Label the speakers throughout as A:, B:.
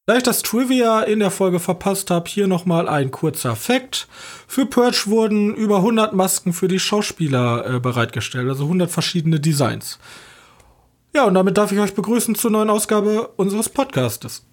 A: Da ich das Trivia in der Folge verpasst habe, hier nochmal ein kurzer Fact. Für Purge wurden über 100 Masken für die Schauspieler bereitgestellt, also 100 verschiedene Designs. Ja, und damit darf ich euch begrüßen zur neuen Ausgabe unseres Podcastes.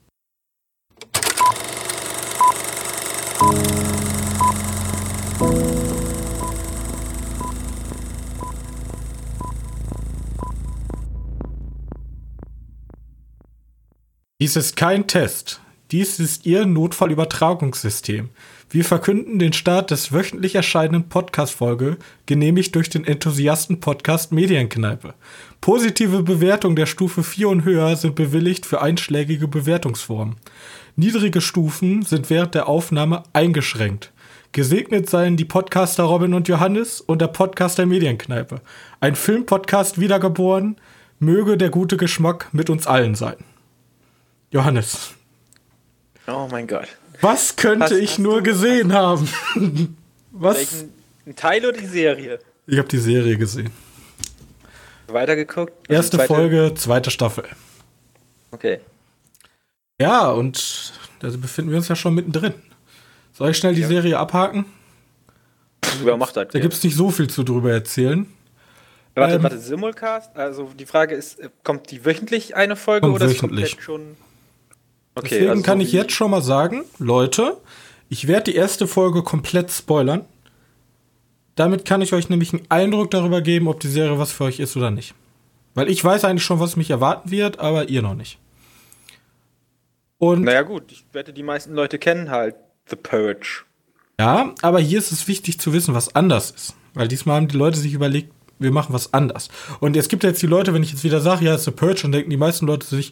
A: Dies ist kein Test. Dies ist Ihr Notfallübertragungssystem. Wir verkünden den Start des wöchentlich erscheinenden Podcast-Folge, genehmigt durch den Enthusiasten-Podcast Medienkneipe. Positive Bewertungen der Stufe 4 und höher sind bewilligt für einschlägige Bewertungsformen. Niedrige Stufen sind während der Aufnahme eingeschränkt. Gesegnet seien die Podcaster Robin und Johannes und der Podcast der Medienkneipe. Ein Filmpodcast wiedergeboren, möge der gute Geschmack mit uns allen sein. Johannes.
B: Oh mein Gott.
A: Was könnte ich nur gesehen haben? Was?
B: Welchen Teil oder die Serie?
A: Ich habe die Serie gesehen.
B: Weitergeguckt?
A: Erste Folge, zweite Staffel.
B: Okay.
A: Ja, und da befinden wir uns ja schon mittendrin. Soll ich schnell die Serie abhaken?
B: Wer macht das?
A: Da gibt es nicht so viel zu drüber erzählen.
B: Warte, Simulcast? Also die Frage ist, kommt die wöchentlich eine Folge oder ist komplett schon... Okay,
A: deswegen
B: also
A: kann ich jetzt schon mal sagen, Leute, ich werde die erste Folge komplett spoilern. Damit kann ich euch nämlich einen Eindruck darüber geben, ob die Serie was für euch ist oder nicht. Weil ich weiß eigentlich schon, was mich erwarten wird, aber ihr noch nicht. Und
B: naja gut, ich wette, die meisten Leute kennen halt The Purge.
A: Ja, aber hier ist es wichtig zu wissen, was anders ist. Weil diesmal haben die Leute sich überlegt, wir machen was anders. Und es gibt jetzt die Leute, wenn ich jetzt wieder sage, ja, es ist The Purge, dann denken die meisten Leute sich,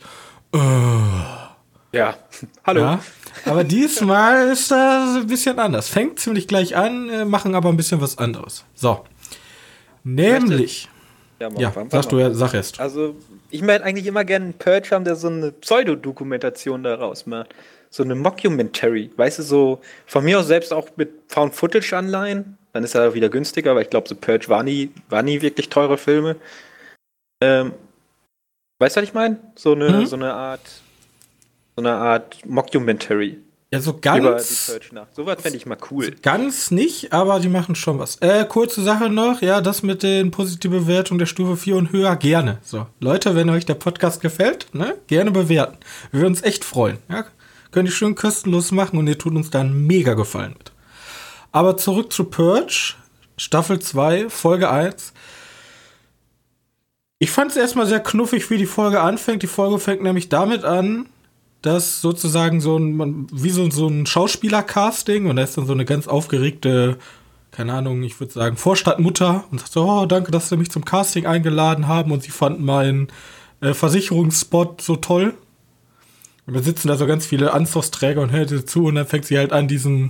B: ja, hallo. Ja,
A: aber diesmal ist das ein bisschen anders. Fängt ziemlich gleich an, machen aber ein bisschen was anderes. So. Nämlich. Sag erst.
B: Also, ich möchte eigentlich immer gerne einen Purge haben, der so eine Pseudodokumentation daraus macht. So eine Mockumentary. Weißt du, so von mir aus selbst auch mit Found-Footage-Anleihen. Dann ist er wieder günstiger, weil ich glaube, The Purge war nie wirklich teure Filme. Weißt du, was ich meine? So eine Art Mockumentary.
A: Ja, so ganz.
B: Über die Purge-Nacht. Sowas fände ich mal cool.
A: So ganz nicht, aber die machen schon was. Kurze Sache noch. Ja, das mit den positiven Bewertungen der Stufe 4 und höher, gerne. So, Leute, wenn euch der Podcast gefällt, ne, gerne bewerten. Wir würden uns echt freuen. Ja? Könnt ihr schön kostenlos machen und ihr tut uns da einen mega Gefallen mit. Aber zurück zu Purge, Staffel 2, Folge 1. Ich fand es erstmal sehr knuffig, wie die Folge anfängt. Die Folge fängt nämlich damit an, dass sozusagen so ein Schauspieler-Casting und da ist dann so eine ganz aufgeregte, keine Ahnung, ich würde sagen Vorstadtmutter und sagt so, oh, danke, dass sie mich zum Casting eingeladen haben und sie fanden meinen Versicherungsspot so toll. Und dann sitzen da so ganz viele Anzugsträger und hört ihr zu und dann fängt sie halt an, diesen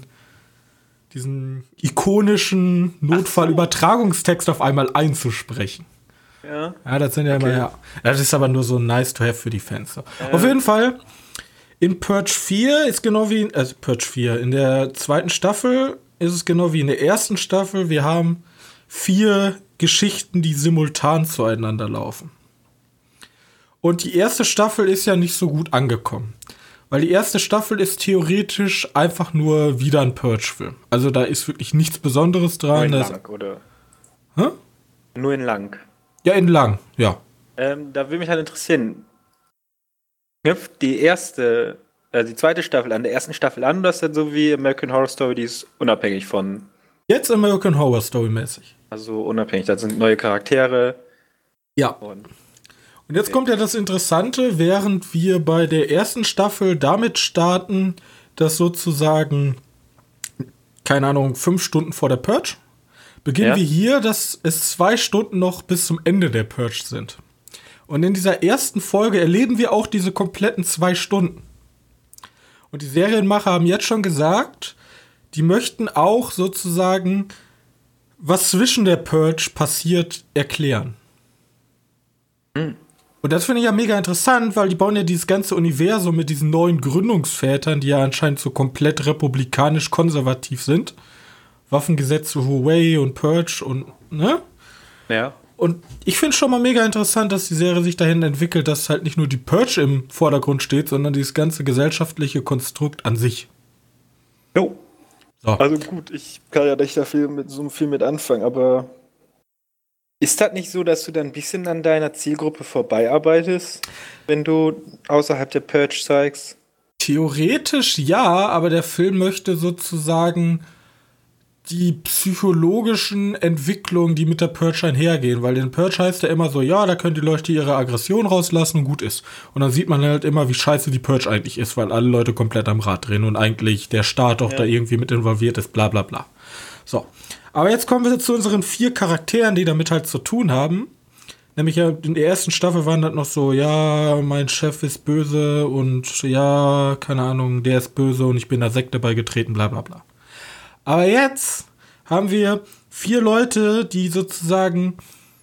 A: ikonischen Notfallübertragungstext auf einmal einzusprechen. Ja, das sind ja immer, das ist aber nur so nice to have für die Fans. So. Auf jeden Fall, in Purge 4 ist genau wie, Purge 4, in der zweiten Staffel ist es genau wie in der ersten Staffel. Wir haben 4 Geschichten, die simultan zueinander laufen. Und die erste Staffel ist ja nicht so gut angekommen. Weil die erste Staffel ist theoretisch einfach nur wieder ein Purge-Film. Also da ist wirklich nichts Besonderes dran.
B: Nur in lang, oder?
A: Hä?
B: Nur in lang.
A: Ja, in lang, ja.
B: Da würde mich halt interessieren, knüpft die zweite Staffel an der ersten Staffel an, oder ist das so wie American Horror Story, die ist unabhängig von...
A: Jetzt American Horror Story mäßig.
B: Also unabhängig, das sind neue Charaktere.
A: Ja. Und jetzt kommt ja das Interessante, während wir bei der ersten Staffel damit starten, dass sozusagen, keine Ahnung, 5 Stunden vor der Purge, beginnen wir hier, dass es 2 Stunden noch bis zum Ende der Purge sind. Und in dieser ersten Folge erleben wir auch diese kompletten 2 Stunden. Und die Serienmacher haben jetzt schon gesagt, die möchten auch sozusagen, was zwischen der Purge passiert, erklären. Und das finde ich ja mega interessant, weil die bauen ja dieses ganze Universum mit diesen neuen Gründungsvätern, die ja anscheinend so komplett republikanisch-konservativ sind. Waffengesetze Huawei und Purge und, ne?
B: Ja.
A: Und ich finde schon mal mega interessant, dass die Serie sich dahin entwickelt, dass halt nicht nur die Purge im Vordergrund steht, sondern dieses ganze gesellschaftliche Konstrukt an sich.
B: Jo.
A: So.
B: Also gut, ich kann ja nicht da viel mit anfangen, aber ist das nicht so, dass du dann ein bisschen an deiner Zielgruppe vorbeiarbeitest, wenn du außerhalb der Purge zeigst?
A: Theoretisch ja, aber der Film möchte sozusagen die psychologischen Entwicklungen, die mit der Purge einhergehen, weil in Purge heißt ja immer so, ja, da können die Leute ihre Aggression rauslassen und gut ist. Und dann sieht man halt immer, wie scheiße die Purge eigentlich ist, weil alle Leute komplett am Rad drehen und eigentlich der Staat auch da irgendwie mit involviert ist, bla bla bla. So, aber jetzt kommen wir zu unseren 4 Charakteren, die damit halt zu tun haben. Nämlich ja, in der ersten Staffel waren das noch so, ja, mein Chef ist böse und ja, keine Ahnung, der ist böse und ich bin der Sekte beigetreten, bla bla bla. Aber jetzt haben wir 4 Leute, die sozusagen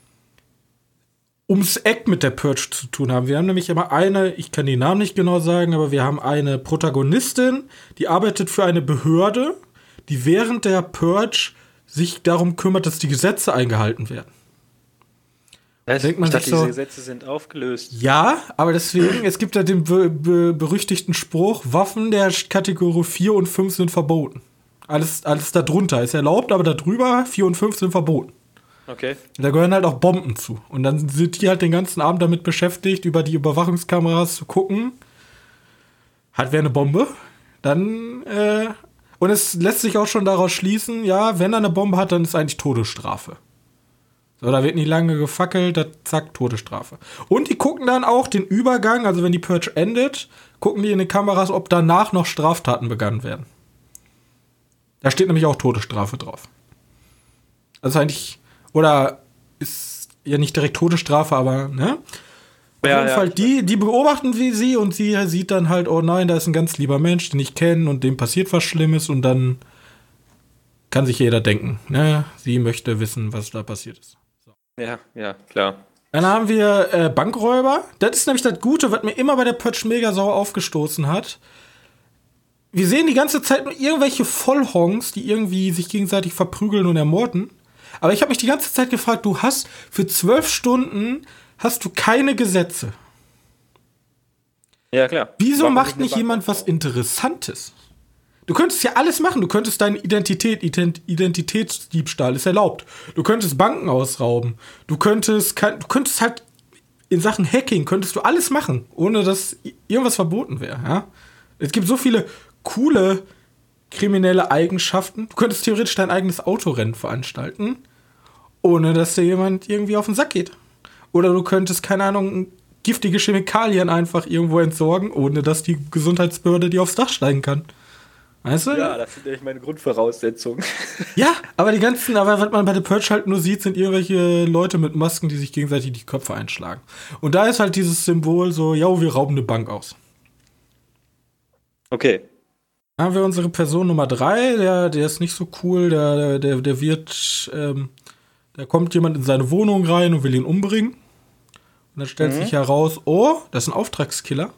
A: ums Eck mit der Purge zu tun haben. Wir haben nämlich immer eine, ich kann den Namen nicht genau sagen, aber wir haben eine Protagonistin, die arbeitet für eine Behörde, die während der Purge sich darum kümmert, dass die Gesetze eingehalten werden.
B: Ich dachte, diese Gesetze sind aufgelöst.
A: Ja, aber deswegen, es gibt ja den berüchtigten Spruch, Waffen der Kategorie 4 und 5 sind verboten. Alles da drunter ist erlaubt, aber da drüber 4 und 5 sind verboten.
B: Okay.
A: Da gehören halt auch Bomben zu. Und dann sind die halt den ganzen Abend damit beschäftigt, über die Überwachungskameras zu gucken. Hat wer eine Bombe? Dann, und es lässt sich auch schon daraus schließen, ja, wenn er eine Bombe hat, dann ist eigentlich Todesstrafe. So, da wird nicht lange gefackelt, da zack, Todesstrafe. Und die gucken dann auch den Übergang, also wenn die Purge endet, gucken die in den Kameras, ob danach noch Straftaten begangen werden. Da steht nämlich auch Todesstrafe drauf. Also eigentlich, oder ist ja nicht direkt Todesstrafe, aber, ne? Auf jeden Fall, die beobachten wie sie und sie sieht dann halt, oh nein, da ist ein ganz lieber Mensch, den ich kenne und dem passiert was Schlimmes und dann kann sich jeder denken, ne? Sie möchte wissen, was da passiert ist. So.
B: Ja, klar.
A: Dann haben wir Bankräuber. Das ist nämlich das Gute, was mir immer bei der Purge mega sauer aufgestoßen hat. Wir sehen die ganze Zeit nur irgendwelche Vollhongs, die irgendwie sich gegenseitig verprügeln und ermorden. Aber ich habe mich die ganze Zeit gefragt, du hast für 12 Stunden hast du keine Gesetze.
B: Ja, klar.
A: Wieso macht nicht jemand was Interessantes? Du könntest ja alles machen. Du könntest deine Identitätsdiebstahl ist erlaubt. Du könntest Banken ausrauben. Du könntest halt in Sachen Hacking könntest du alles machen, ohne dass irgendwas verboten wäre. Ja? Es gibt so viele coole kriminelle Eigenschaften. Du könntest theoretisch dein eigenes Autorennen veranstalten, ohne dass dir jemand irgendwie auf den Sack geht. Oder du könntest, keine Ahnung, giftige Chemikalien einfach irgendwo entsorgen, ohne dass die Gesundheitsbehörde dir aufs Dach steigen kann. Weißt du?
B: Ja, das sind nämlich meine Grundvoraussetzungen.
A: Ja, aber was man bei der Purge halt nur sieht, sind irgendwelche Leute mit Masken, die sich gegenseitig die Köpfe einschlagen. Und da ist halt dieses Symbol so, ja, wir rauben eine Bank aus.
B: Okay.
A: Dann haben wir unsere Person Nummer 3, der ist nicht so cool, der wird, da kommt jemand in seine Wohnung rein und will ihn umbringen. Und dann stellt sich heraus, oh, das ist ein Auftragskiller.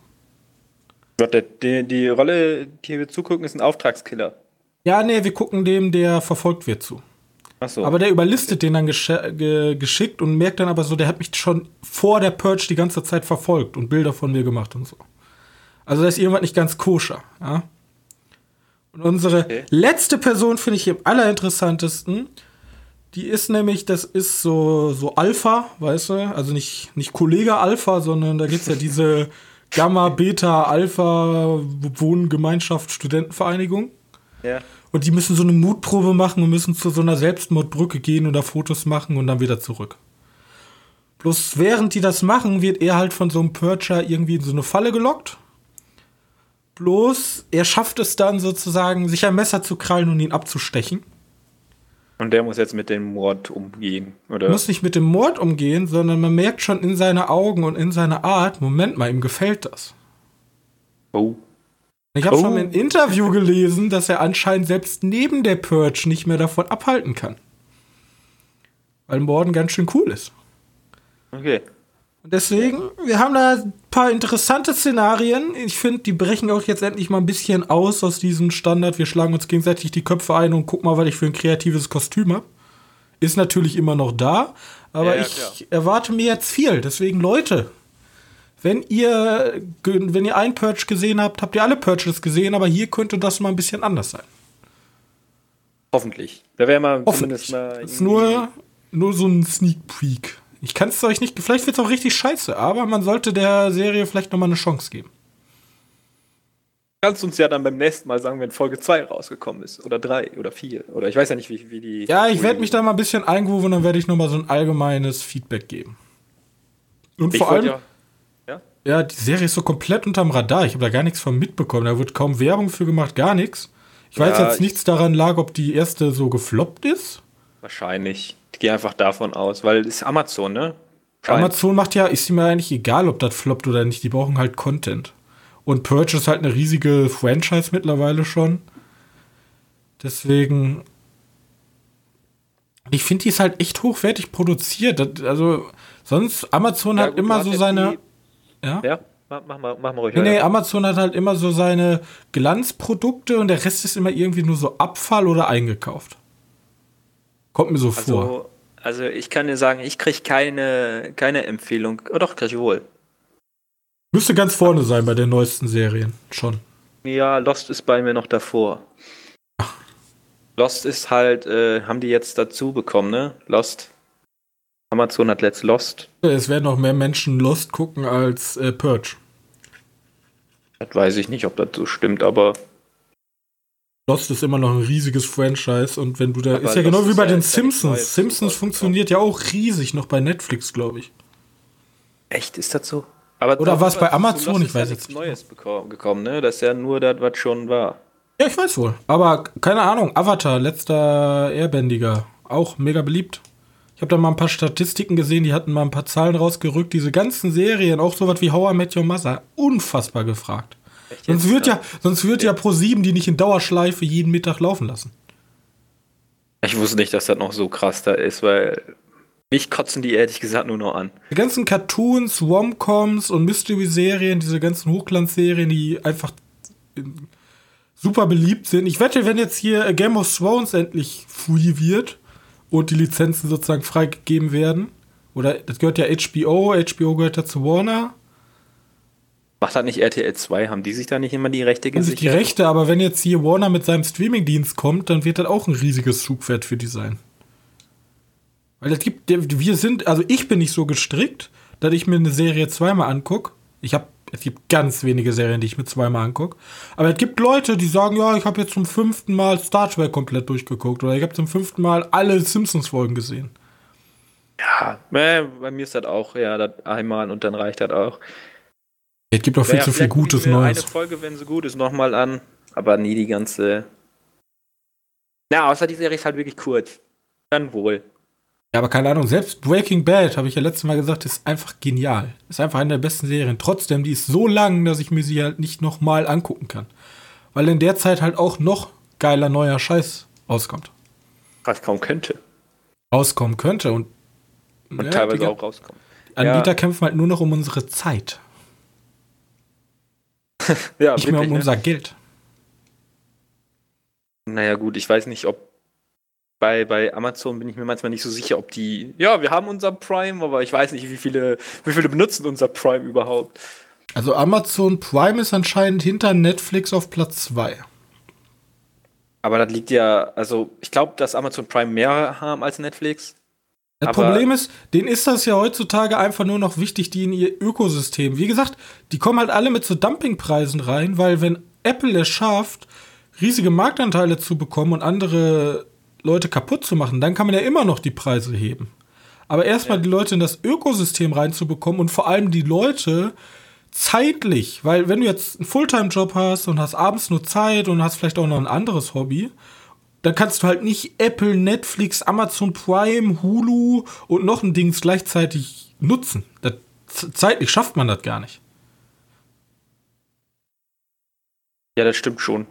B: Die Rolle, die wir zugucken, ist ein Auftragskiller.
A: Ja, nee, wir gucken dem, der verfolgt wird, zu.
B: Ach so.
A: Aber der überlistet den dann geschickt und merkt dann aber so, der hat mich schon vor der Purge die ganze Zeit verfolgt und Bilder von mir gemacht und so. Also da ist irgendwas nicht ganz koscher, ja. Und unsere letzte Person finde ich am allerinteressantesten. Die ist nämlich, das ist so Alpha, weißt du? Also nicht Kollege Alpha, sondern da gibt's ja diese Gamma, Beta, Alpha, Wohngemeinschaft, Studentenvereinigung.
B: Ja.
A: Und die müssen so eine Mutprobe machen und müssen zu so einer Selbstmordbrücke gehen und da Fotos machen und dann wieder zurück. Bloß während die das machen, wird er halt von so einem Purger irgendwie in so eine Falle gelockt. Bloß, er schafft es dann sozusagen, sich ein Messer zu krallen und ihn abzustechen.
B: Und der muss jetzt mit dem Mord umgehen, oder?
A: Muss nicht mit dem Mord umgehen, sondern man merkt schon in seine Augen und in seiner Art, Moment mal, ihm gefällt das.
B: Oh.
A: Ich habe schon im Interview gelesen, dass er anscheinend selbst neben der Purge nicht mehr davon abhalten kann. Weil Morden ganz schön cool ist.
B: Okay.
A: Und deswegen, wir haben da ein paar interessante Szenarien. Ich finde, die brechen auch jetzt endlich mal ein bisschen aus diesem Standard. Wir schlagen uns gegenseitig die Köpfe ein und gucken mal, was ich für ein kreatives Kostüm habe. Ist natürlich immer noch da, aber ich erwarte mir jetzt viel. Deswegen, Leute, wenn ihr einen Purge gesehen habt, habt ihr alle Purges gesehen, aber hier könnte das mal ein bisschen anders sein.
B: Hoffentlich. Da wäre mal zumindest mal.
A: Ist nur so ein Sneak Peek. Ich kann es euch nicht, vielleicht wird es auch richtig scheiße, aber man sollte der Serie vielleicht nochmal eine Chance geben.
B: Kannst uns ja dann beim nächsten Mal sagen, wenn Folge 2 rausgekommen ist. Oder 3 oder 4. Oder ich weiß ja nicht, wie die.
A: Ja, ich werde mich da mal ein bisschen eingrooven und dann werde ich nochmal so ein allgemeines Feedback geben. Und vor allem. Ja, die Serie ist so komplett unterm Radar. Ich habe da gar nichts von mitbekommen. Da wird kaum Werbung für gemacht, gar nichts. Ich weiß jetzt nichts daran lag, ob die erste so gefloppt ist.
B: Wahrscheinlich. Ich gehe einfach davon aus, weil es ist Amazon, ne?
A: Amazon macht ja, ist mir eigentlich egal, ob das floppt oder nicht. Die brauchen halt Content. Und Purge ist halt eine riesige Franchise mittlerweile schon. Deswegen. Ich finde, die ist halt echt hochwertig produziert. Also, sonst, Amazon hat immer so seine.
B: Ja, mach mal ruhig.
A: Nee, Amazon hat halt immer so seine Glanzprodukte und der Rest ist immer irgendwie nur so Abfall oder eingekauft. Kommt mir so vor.
B: Also, ich kann dir sagen, ich kriege keine Empfehlung. Oh, doch, kriege ich wohl.
A: Müsste ganz vorne sein bei den neuesten Serien, schon.
B: Ja, Lost ist bei mir noch davor.
A: Ach.
B: Lost ist halt, haben die jetzt dazu bekommen, ne? Lost. Amazon hat letzt Lost.
A: Es werden noch mehr Menschen Lost gucken als Purge.
B: Das weiß ich nicht, ob das so stimmt, aber
A: Lost ist immer noch ein riesiges Franchise und wenn du da. Ist ja genau wie bei den Simpsons. Simpsons funktioniert ja auch riesig noch bei Netflix, glaube ich.
B: Echt, ist das so?
A: Aber oder war es bei Amazon? Ich weiß jetzt
B: nicht. Neues gekommen, ne? Das ist ja nur das, was schon war.
A: Ja, ich weiß wohl. Aber keine Ahnung. Avatar, letzter Airbändiger. Auch mega beliebt. Ich habe da mal ein paar Statistiken gesehen, die hatten mal ein paar Zahlen rausgerückt. Diese ganzen Serien, auch sowas wie How I Met Your Mother, unfassbar gefragt. Sonst wird ja Pro7 die nicht in Dauerschleife jeden Mittag laufen lassen.
B: Ich wusste nicht, dass das noch so krass da ist, weil mich kotzen die ehrlich gesagt nur noch an.
A: Die ganzen Cartoons, Rom-Coms und Mystery-Serien, diese ganzen Hochglanzserien, die einfach super beliebt sind. Ich wette, wenn jetzt hier Game of Thrones endlich free wird und die Lizenzen sozusagen freigegeben werden, oder das gehört ja HBO gehört ja zu Warner.
B: Macht das nicht RTL 2? Haben die sich da nicht immer die Rechte
A: gesichert? Die Rechte, aber wenn jetzt hier Warner mit seinem Streamingdienst kommt, dann wird das auch ein riesiges Zugpferd für die sein. Weil es gibt, ich bin nicht so gestrickt, dass ich mir eine Serie zweimal angucke. Es gibt ganz wenige Serien, die ich mir zweimal angucke. Aber es gibt Leute, die sagen, ja, ich habe jetzt zum 5. Mal Star Trek komplett durchgeguckt. Oder ich habe zum 5. Mal alle Simpsons-Folgen gesehen.
B: Ja, bei mir ist das auch, ja, das einmal und dann reicht das auch.
A: Es gibt auch viel zu viel Gutes Neues.
B: Eine Folge, wenn sie gut ist, nochmal an. Aber nie die ganze. Na, außer die Serie ist halt wirklich kurz. Dann wohl.
A: Ja, aber keine Ahnung, selbst Breaking Bad, habe ich ja letztes Mal gesagt, ist einfach genial. Ist einfach eine der besten Serien. Trotzdem, die ist so lang, dass ich mir sie halt nicht nochmal angucken kann. Weil in der Zeit halt auch noch geiler neuer Scheiß rauskommt.
B: Rauskommen könnte.
A: Und
B: ja, teilweise auch rauskommt.
A: Anbieter kämpfen halt nur noch um unsere Zeit.
B: Ja,
A: nicht mehr um unser Geld.
B: Naja gut, ich weiß nicht, ob bei Amazon bin ich mir manchmal nicht so sicher, ob die, ja, wir haben unser Prime, aber ich weiß nicht, wie viele benutzen unser Prime überhaupt.
A: Also Amazon Prime ist anscheinend hinter Netflix auf Platz 2.
B: Aber das liegt ja, also ich glaube, dass Amazon Prime mehr haben als Netflix.
A: Das Problem ist, denen ist das ja heutzutage einfach nur noch wichtig, die in ihr Ökosystem. Wie gesagt, die kommen halt alle mit so Dumpingpreisen rein, weil wenn Apple es schafft, riesige Marktanteile zu bekommen und andere Leute kaputt zu machen, dann kann man ja immer noch die Preise heben. Aber erstmal die Leute in das Ökosystem reinzubekommen und vor allem die Leute zeitlich, weil wenn du jetzt einen Fulltime-Job hast und hast abends nur Zeit und hast vielleicht auch noch ein anderes Hobby, dann kannst du halt nicht Apple, Netflix, Amazon Prime, Hulu und noch ein Dings gleichzeitig nutzen. Zeitlich schafft man das gar nicht.
B: Ja, das stimmt schon.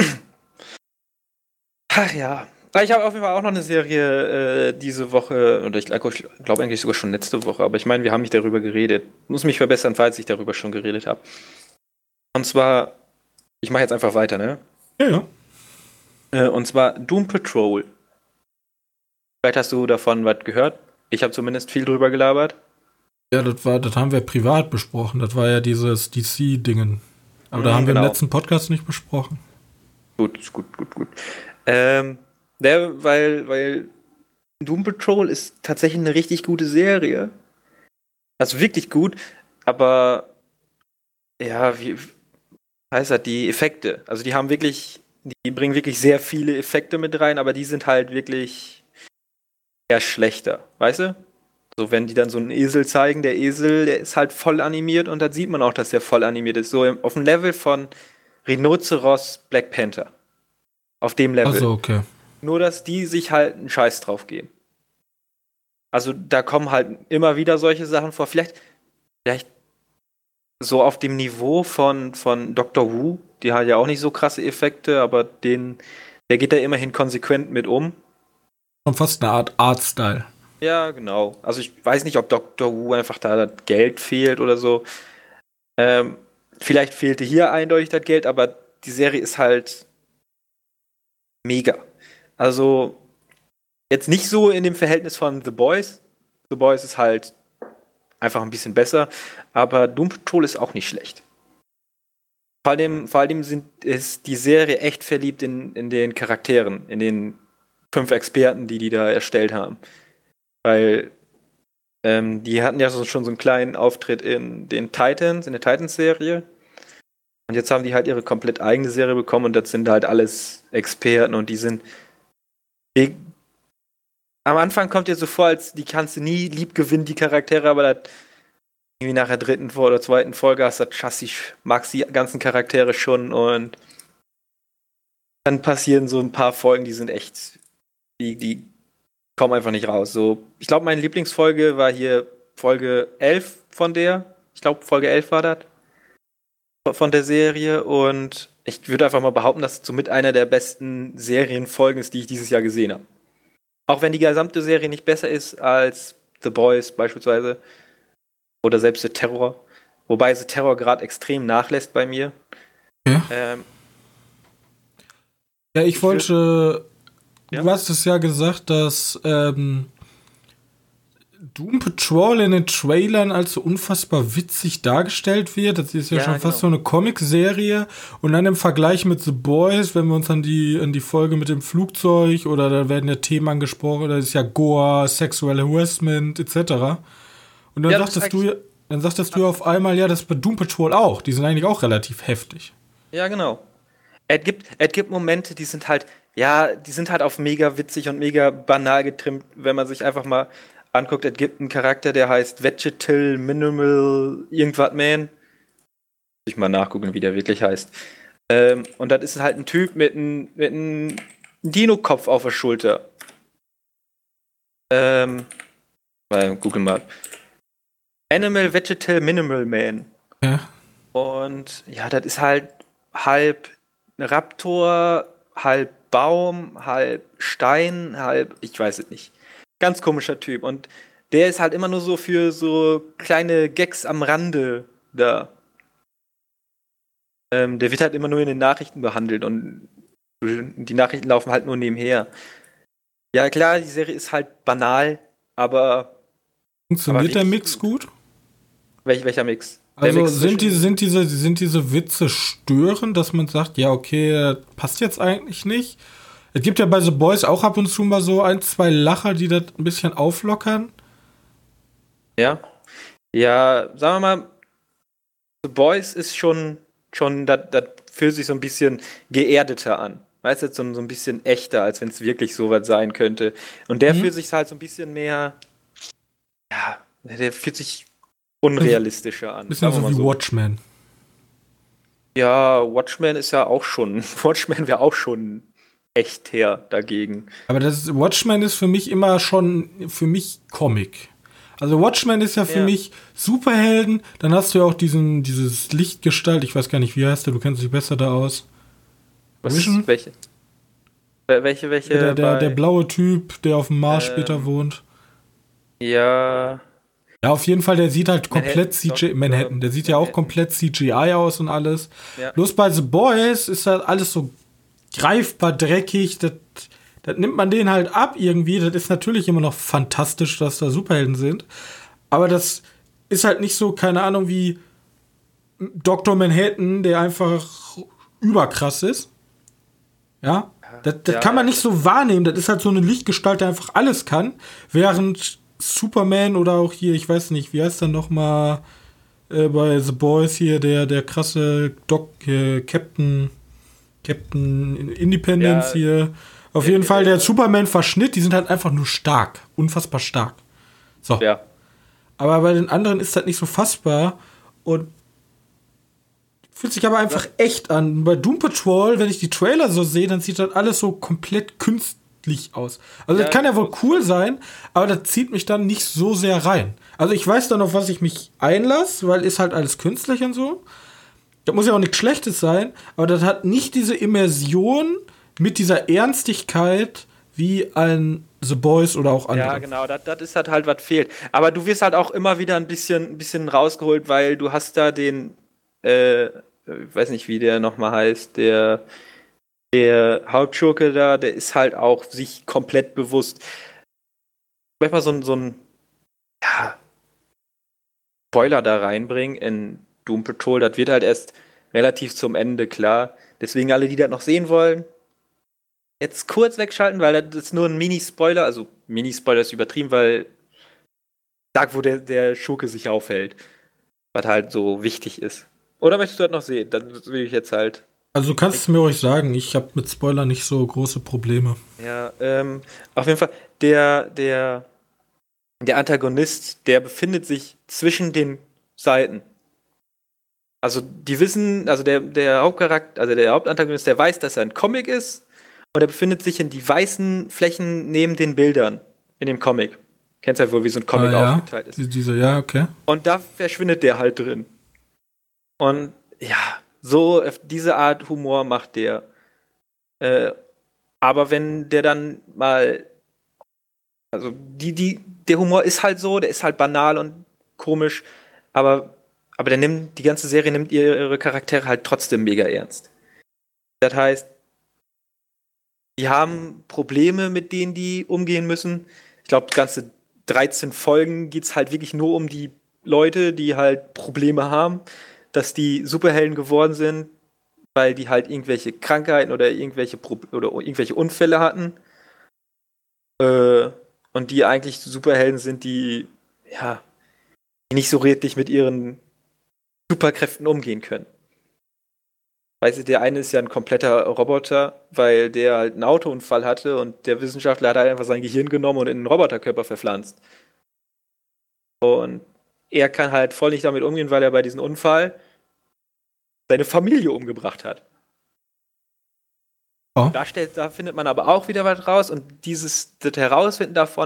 B: Ach ja. Ich habe auf jeden Fall auch noch eine Serie diese Woche, oder ich glaube eigentlich sogar schon letzte Woche, aber ich meine, wir haben nicht darüber geredet. Muss mich verbessern, falls ich darüber schon geredet habe. Und zwar, ich mache jetzt einfach weiter, ne?
A: Ja.
B: Und zwar Doom Patrol. Vielleicht hast du davon was gehört. Ich habe zumindest viel drüber gelabert.
A: Ja, das haben wir privat besprochen. Das war ja dieses DC-Dingen. Aber da haben wir im letzten Podcast nicht besprochen.
B: Gut. Weil Doom Patrol ist tatsächlich eine richtig gute Serie. Also wirklich gut, aber ja, wie heißt das, die Effekte. Also die bringen wirklich sehr viele Effekte mit rein, aber die sind halt wirklich eher schlechter, weißt du? So, wenn die dann so einen Esel zeigen, der Esel, der ist halt voll animiert und da sieht man auch, dass der voll animiert ist. So auf dem Level von Rhinoceros Black Panther. Auf dem Level.
A: Also okay.
B: Nur, dass die sich halt einen Scheiß drauf geben. Also da kommen halt immer wieder solche Sachen vor. Vielleicht so auf dem Niveau von Doctor Who. Die hat ja auch nicht so krasse Effekte, aber der geht da immerhin konsequent mit um.
A: Schon fast eine Art Artstyle.
B: Ja, genau. Also ich weiß nicht, ob Doctor Who einfach da das Geld fehlt oder so. Vielleicht fehlte hier eindeutig das Geld, aber die Serie ist halt mega. Also jetzt nicht so in dem Verhältnis von The Boys. The Boys ist halt einfach ein bisschen besser, aber Doom Patrol ist auch nicht schlecht. Vor allem ist die Serie echt verliebt in den Charakteren, in den 5 Experten, die da erstellt haben. Weil die hatten ja schon so einen kleinen Auftritt in der Titans-Serie. Und jetzt haben die halt ihre komplett eigene Serie bekommen und das sind halt alles Experten und am Anfang kommt dir so vor, als die kannst du nie lieb gewinnen, die Charaktere, aber das irgendwie nach der 3. oder 2. Folge hast du das Chassis, magst die ganzen Charaktere schon und dann passieren so ein paar Folgen, die sind echt, die kommen einfach nicht raus. So, ich glaube, meine Lieblingsfolge war hier Folge 11 von der. Ich glaube, Folge 11 war das. Von der Serie. Und ich würde einfach mal behaupten, dass es somit einer der besten Serienfolgen ist, die ich dieses Jahr gesehen habe. Auch wenn die gesamte Serie nicht besser ist als The Boys beispielsweise. Oder selbst The Terror. Wobei The Terror gerade extrem nachlässt bei mir.
A: Ja, ich wollte... Du hast es ja gesagt, dass Doom Patrol in den Trailern als so unfassbar witzig dargestellt wird. Das ist ja schon fast so eine Comic-Serie. Und dann im Vergleich mit The Boys, wenn wir uns an die Folge mit dem Flugzeug oder da werden ja Themen angesprochen, da ist ja Gore, Sexual Harassment etc. Und dann sagtest du auf einmal, ja, das bei Doom Patrol auch. Die sind eigentlich auch relativ heftig.
B: Ja, genau. Es gibt Momente, die sind halt auf mega witzig und mega banal getrimmt, wenn man sich einfach mal anguckt. Es gibt einen Charakter, der heißt Vegetal Minimal irgendwas Man. Muss ich mal nachgucken, wie der wirklich heißt. Und das ist halt ein Typ mit einem Dino-Kopf auf der Schulter. Google mal. Animal Vegetal Minimal Man.
A: Ja.
B: Und ja, das ist halt halb Raptor, halb Baum, halb Stein, halb, ich weiß es nicht. Ganz komischer Typ. Und der ist halt immer nur so für so kleine Gags am Rande da. Der wird halt immer nur in den Nachrichten behandelt und die Nachrichten laufen halt nur nebenher. Ja klar, die Serie ist halt banal, aber...
A: Funktioniert der Mix gut?
B: Welcher Mix?
A: Also sind diese Witze störend, dass man sagt, ja, okay, passt jetzt eigentlich nicht? Es gibt ja bei The Boys auch ab und zu mal so 1, 2 Lacher, die das ein bisschen auflockern.
B: Ja. Ja, sagen wir mal, The Boys ist schon das fühlt sich so ein bisschen geerdeter an. Weißt du, so ein bisschen echter, als wenn es wirklich so was sein könnte. Und der fühlt sich halt so ein bisschen mehr, ja, der fühlt sich unrealistischer an.
A: Bisschen so wie Watchmen.
B: Ja, Watchmen wäre auch schon echt her dagegen.
A: Aber Watchmen ist für mich immer schon, Comic. Also Watchmen ist ja für mich Superhelden, dann hast du ja auch dieses Lichtgestalt, ich weiß gar nicht, wie heißt der, du kennst dich besser da aus.
B: Was ist, welche? Welche?
A: Der blaue Typ, der auf dem Mars später wohnt.
B: Ja.
A: Ja, auf jeden Fall, der sieht halt komplett Manhattan, der sieht ja auch komplett CGI aus und alles. Ja. Bloß bei The Boys ist halt alles so greifbar dreckig, Das nimmt man denen halt ab irgendwie. Das ist natürlich immer noch fantastisch, dass da Superhelden sind. Aber das ist halt nicht so, keine Ahnung, wie Dr. Manhattan, der einfach überkrass ist. Ja? Das kann man nicht so wahrnehmen. Das ist halt so eine Lichtgestalt, der einfach alles kann. Während Superman oder auch hier, ich weiß nicht, wie heißt der nochmal bei The Boys hier, der krasse Captain Independence hier. Auf jeden Fall der Superman-Verschnitt, die sind halt einfach nur stark. Unfassbar stark. So.
B: Ja.
A: Aber bei den anderen ist das nicht so fassbar und fühlt sich aber einfach echt an. Bei Doom Patrol, wenn ich die Trailer so sehe, dann sieht das alles so komplett künstlich aus. Also das kann ja wohl cool sein, aber das zieht mich dann nicht so sehr rein. Also ich weiß dann, auf was ich mich einlasse, weil ist halt alles künstlich und so. Das muss ja auch nichts Schlechtes sein, aber das hat nicht diese Immersion mit dieser Ernstigkeit wie ein The Boys oder auch andere.
B: Ja, genau, das ist halt was fehlt. Aber du wirst halt auch immer wieder ein bisschen rausgeholt, weil du hast da den, ich weiß nicht, wie der nochmal heißt, der Hauptschurke da, der ist halt auch sich komplett bewusst. Ich möchte mal so ein Spoiler da reinbringen in Doom Patrol, das wird halt erst relativ zum Ende klar. Deswegen alle, die das noch sehen wollen, jetzt kurz wegschalten, weil das ist nur ein Mini-Spoiler. Also Mini-Spoiler ist übertrieben, weil sagt, wo der Schurke sich aufhält. Was halt so wichtig ist. Oder möchtest du das noch sehen? Dann will ich jetzt halt.
A: Also du kannst es mir ruhig sagen, ich habe mit Spoiler nicht so große Probleme.
B: Ja, auf jeden Fall, der Antagonist, der befindet sich zwischen den Seiten. Also die wissen, also der Hauptcharakter, also der Hauptantagonist, der weiß, dass er ein Comic ist und er befindet sich in die weißen Flächen neben den Bildern in dem Comic. Kennst ja wohl, wie so ein Comic aufgeteilt ist.
A: Ja, okay.
B: Und da verschwindet der halt drin. Und ja, so diese Art Humor macht der. Aber wenn der dann mal, also der Humor ist halt so, der ist halt banal und komisch, aber die ganze Serie nimmt ihre Charaktere halt trotzdem mega ernst. Das heißt, die haben Probleme, mit denen die umgehen müssen. Ich glaube, ganze 13 Folgen geht es halt wirklich nur um die Leute, die halt Probleme haben, dass die Superhelden geworden sind, weil die halt irgendwelche Krankheiten oder irgendwelche Unfälle hatten. Und die eigentlich Superhelden sind, die nicht so redlich mit ihren Superkräften umgehen können. Weißt du, der eine ist ja ein kompletter Roboter, weil der halt einen Autounfall hatte und der Wissenschaftler hat halt einfach sein Gehirn genommen und in einen Roboterkörper verpflanzt. Und er kann halt voll nicht damit umgehen, weil er bei diesem Unfall seine Familie umgebracht hat.
A: Oh.
B: Da findet man aber auch wieder was raus und das Herausfinden davon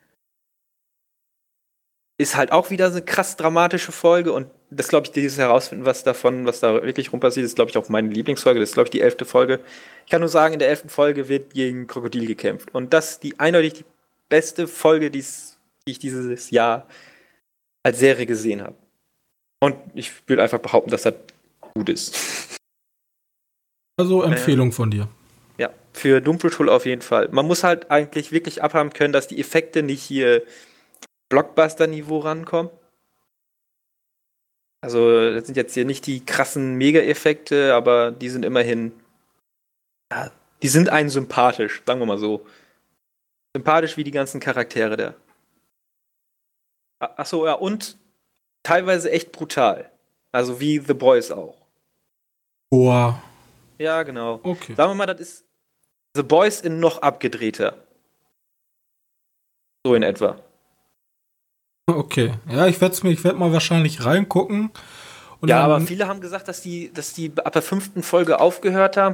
B: ist halt auch wieder so eine krass dramatische Folge und das glaube ich, dieses Herausfinden, was da wirklich rum passiert, ist glaube ich auch meine Lieblingsfolge, das ist glaube ich die 11. Folge. Ich kann nur sagen, in der 11. Folge wird gegen Krokodil gekämpft und das ist eindeutig die beste Folge, die ich dieses Jahr als Serie gesehen habe. Und ich will einfach behaupten, dass das gut ist.
A: Also Empfehlung von dir.
B: Ja, für Doom Patrol auf jeden Fall. Man muss halt eigentlich wirklich abhaben können, dass die Effekte nicht hier Blockbuster-Niveau rankommen. Also, das sind jetzt hier nicht die krassen Mega-Effekte, aber die sind immerhin. Ja, die sind einen sympathisch, sagen wir mal so. Sympathisch wie die ganzen Charaktere da. Achso, ja, und teilweise echt brutal. Also wie The Boys auch.
A: Boah.
B: Ja, genau.
A: Okay.
B: Sagen wir mal, das ist The Boys in noch abgedrehter. So in etwa.
A: Okay. Ja, ich werde mal wahrscheinlich reingucken. Und
B: ja,
A: dann,
B: aber viele haben gesagt, dass die ab der 5. Folge aufgehört haben.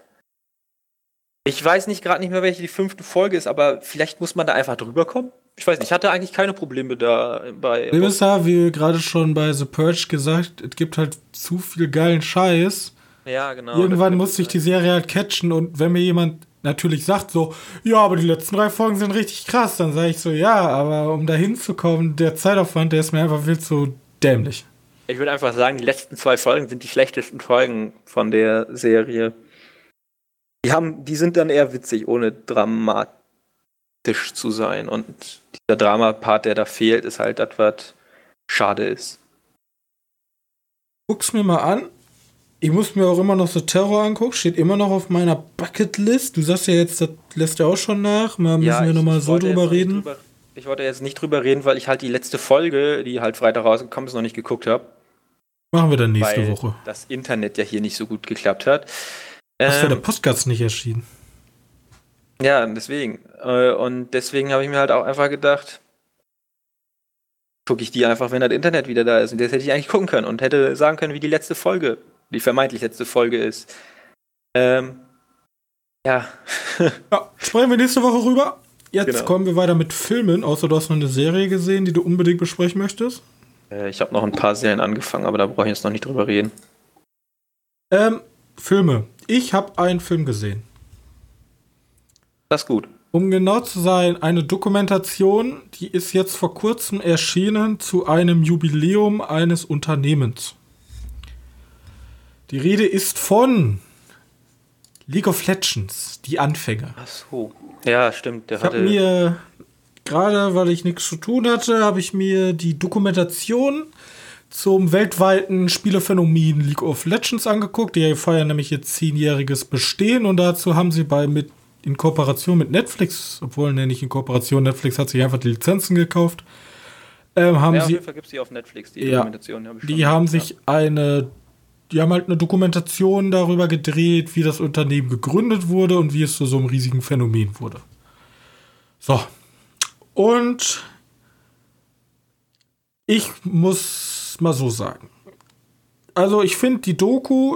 B: Ich weiß gerade nicht mehr, welche die 5. Folge ist, aber vielleicht muss man da einfach drüber kommen. Ich weiß nicht, ich hatte eigentlich keine Probleme da bei.
A: Wie gerade schon bei The Purge gesagt, es gibt halt zu viel geilen Scheiß.
B: Ja, genau.
A: Irgendwann muss ich die Serie halt catchen und wenn mir jemand natürlich sagt so, ja, aber die letzten 3 Folgen sind richtig krass, dann sage ich so, ja, aber um da hinzukommen, der Zeitaufwand, der ist mir einfach viel zu dämlich.
B: Ich würde einfach sagen, die letzten 2 Folgen sind die schlechtesten Folgen von der Serie. Die sind dann eher witzig, ohne dramatisch zu sein. Und dieser Drama-Part, der da fehlt, ist halt das, was schade ist.
A: Guck's mir mal an. Ich muss mir auch immer noch so Terror angucken. Steht immer noch auf meiner Bucketlist. Du sagst ja jetzt, das lässt ja auch schon nach. Mal müssen wir nochmal so drüber reden.
B: Ich wollte jetzt nicht drüber reden, weil ich halt die letzte Folge, die halt Freitag rausgekommen ist, noch nicht geguckt habe.
A: Machen wir dann nächste Woche.
B: Das Internet ja hier nicht so gut geklappt hat.
A: Was für der Podcast nicht erschienen.
B: Ja, deswegen. Und deswegen habe ich mir halt auch einfach gedacht, gucke ich die einfach, wenn das Internet wieder da ist. Und das hätte ich eigentlich gucken können und hätte sagen können, wie die letzte Folge, die vermeintlich letzte Folge ist. Ja.
A: Ja, sprechen wir nächste Woche rüber. Jetzt kommen wir weiter mit Filmen, außer du hast noch eine Serie gesehen, die du unbedingt besprechen möchtest.
B: Ich habe noch ein paar Serien angefangen, aber da brauche ich jetzt noch nicht drüber reden.
A: Filme. Ich habe einen Film gesehen.
B: Das ist gut.
A: Um genau zu sein, eine Dokumentation, die ist jetzt vor kurzem erschienen zu einem Jubiläum eines Unternehmens. Die Rede ist von League of Legends, die Anfänge.
B: Ach so. Ja, stimmt.
A: Ich habe mir, gerade weil ich nichts zu tun hatte, habe ich mir die Dokumentation zum weltweiten Spielephänomen League of Legends angeguckt. Die feiern nämlich jetzt 10-jähriges Bestehen und dazu haben sie in Kooperation mit Netflix, obwohl nicht in Kooperation, Netflix hat sich einfach die Lizenzen gekauft.
B: Auf jeden Fall gibt es die auf Netflix, die Dokumentation.
A: Die haben halt eine Dokumentation darüber gedreht, wie das Unternehmen gegründet wurde und wie es zu so einem riesigen Phänomen wurde. So. Und ich muss mal so sagen. Also ich finde die Doku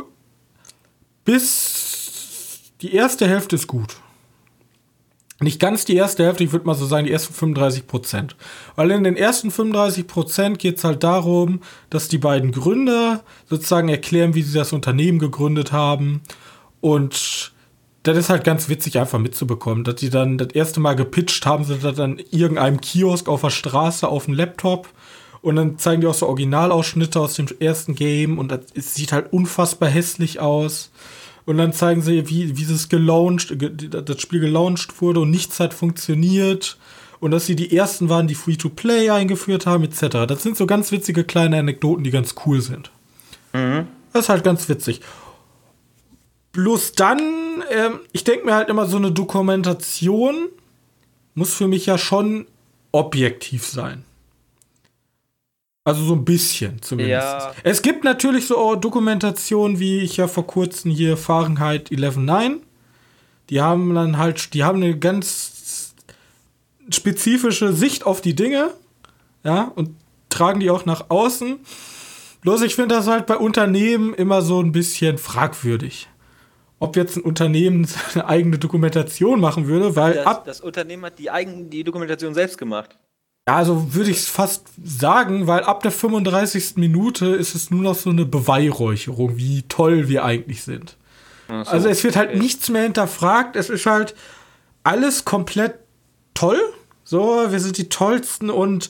A: bis die erste Hälfte ist gut. Nicht ganz die erste Hälfte, ich würde mal so sagen, die ersten 35%. Weil in den ersten 35% geht es halt darum, dass die beiden Gründer sozusagen erklären, wie sie das Unternehmen gegründet haben. Und das ist halt ganz witzig einfach mitzubekommen, dass die dann das erste Mal gepitcht haben, sie das dann irgendeinem Kiosk auf der Straße auf dem Laptop. Und dann zeigen die auch so Originalausschnitte aus dem ersten Game und es sieht halt unfassbar hässlich aus. Und dann zeigen sie, wie das Spiel gelauncht wurde und nichts hat funktioniert. Und dass sie die ersten waren, die Free-to-Play eingeführt haben, etc. Das sind so ganz witzige kleine Anekdoten, die ganz cool sind. Mhm. Das ist halt ganz witzig. Bloß dann, ich denke mir halt immer, so eine Dokumentation muss für mich ja schon objektiv sein. Also so ein bisschen zumindest. Ja. Es gibt natürlich so Dokumentationen, wie ich ja vor kurzem hier Fahrenheit 11/9. Die haben eine ganz spezifische Sicht auf die Dinge, ja, und tragen die auch nach außen. Bloß ich finde das halt bei Unternehmen immer so ein bisschen fragwürdig. Ob jetzt ein Unternehmen eine eigene Dokumentation machen würde, weil
B: das Unternehmen hat die Dokumentation selbst gemacht.
A: Ja, also würde ich es fast sagen, weil ab der 35. Minute ist es nur noch so eine Beweihräucherung, wie toll wir eigentlich sind. So, also es wird halt nichts mehr hinterfragt, es ist halt alles komplett toll. So, wir sind die Tollsten und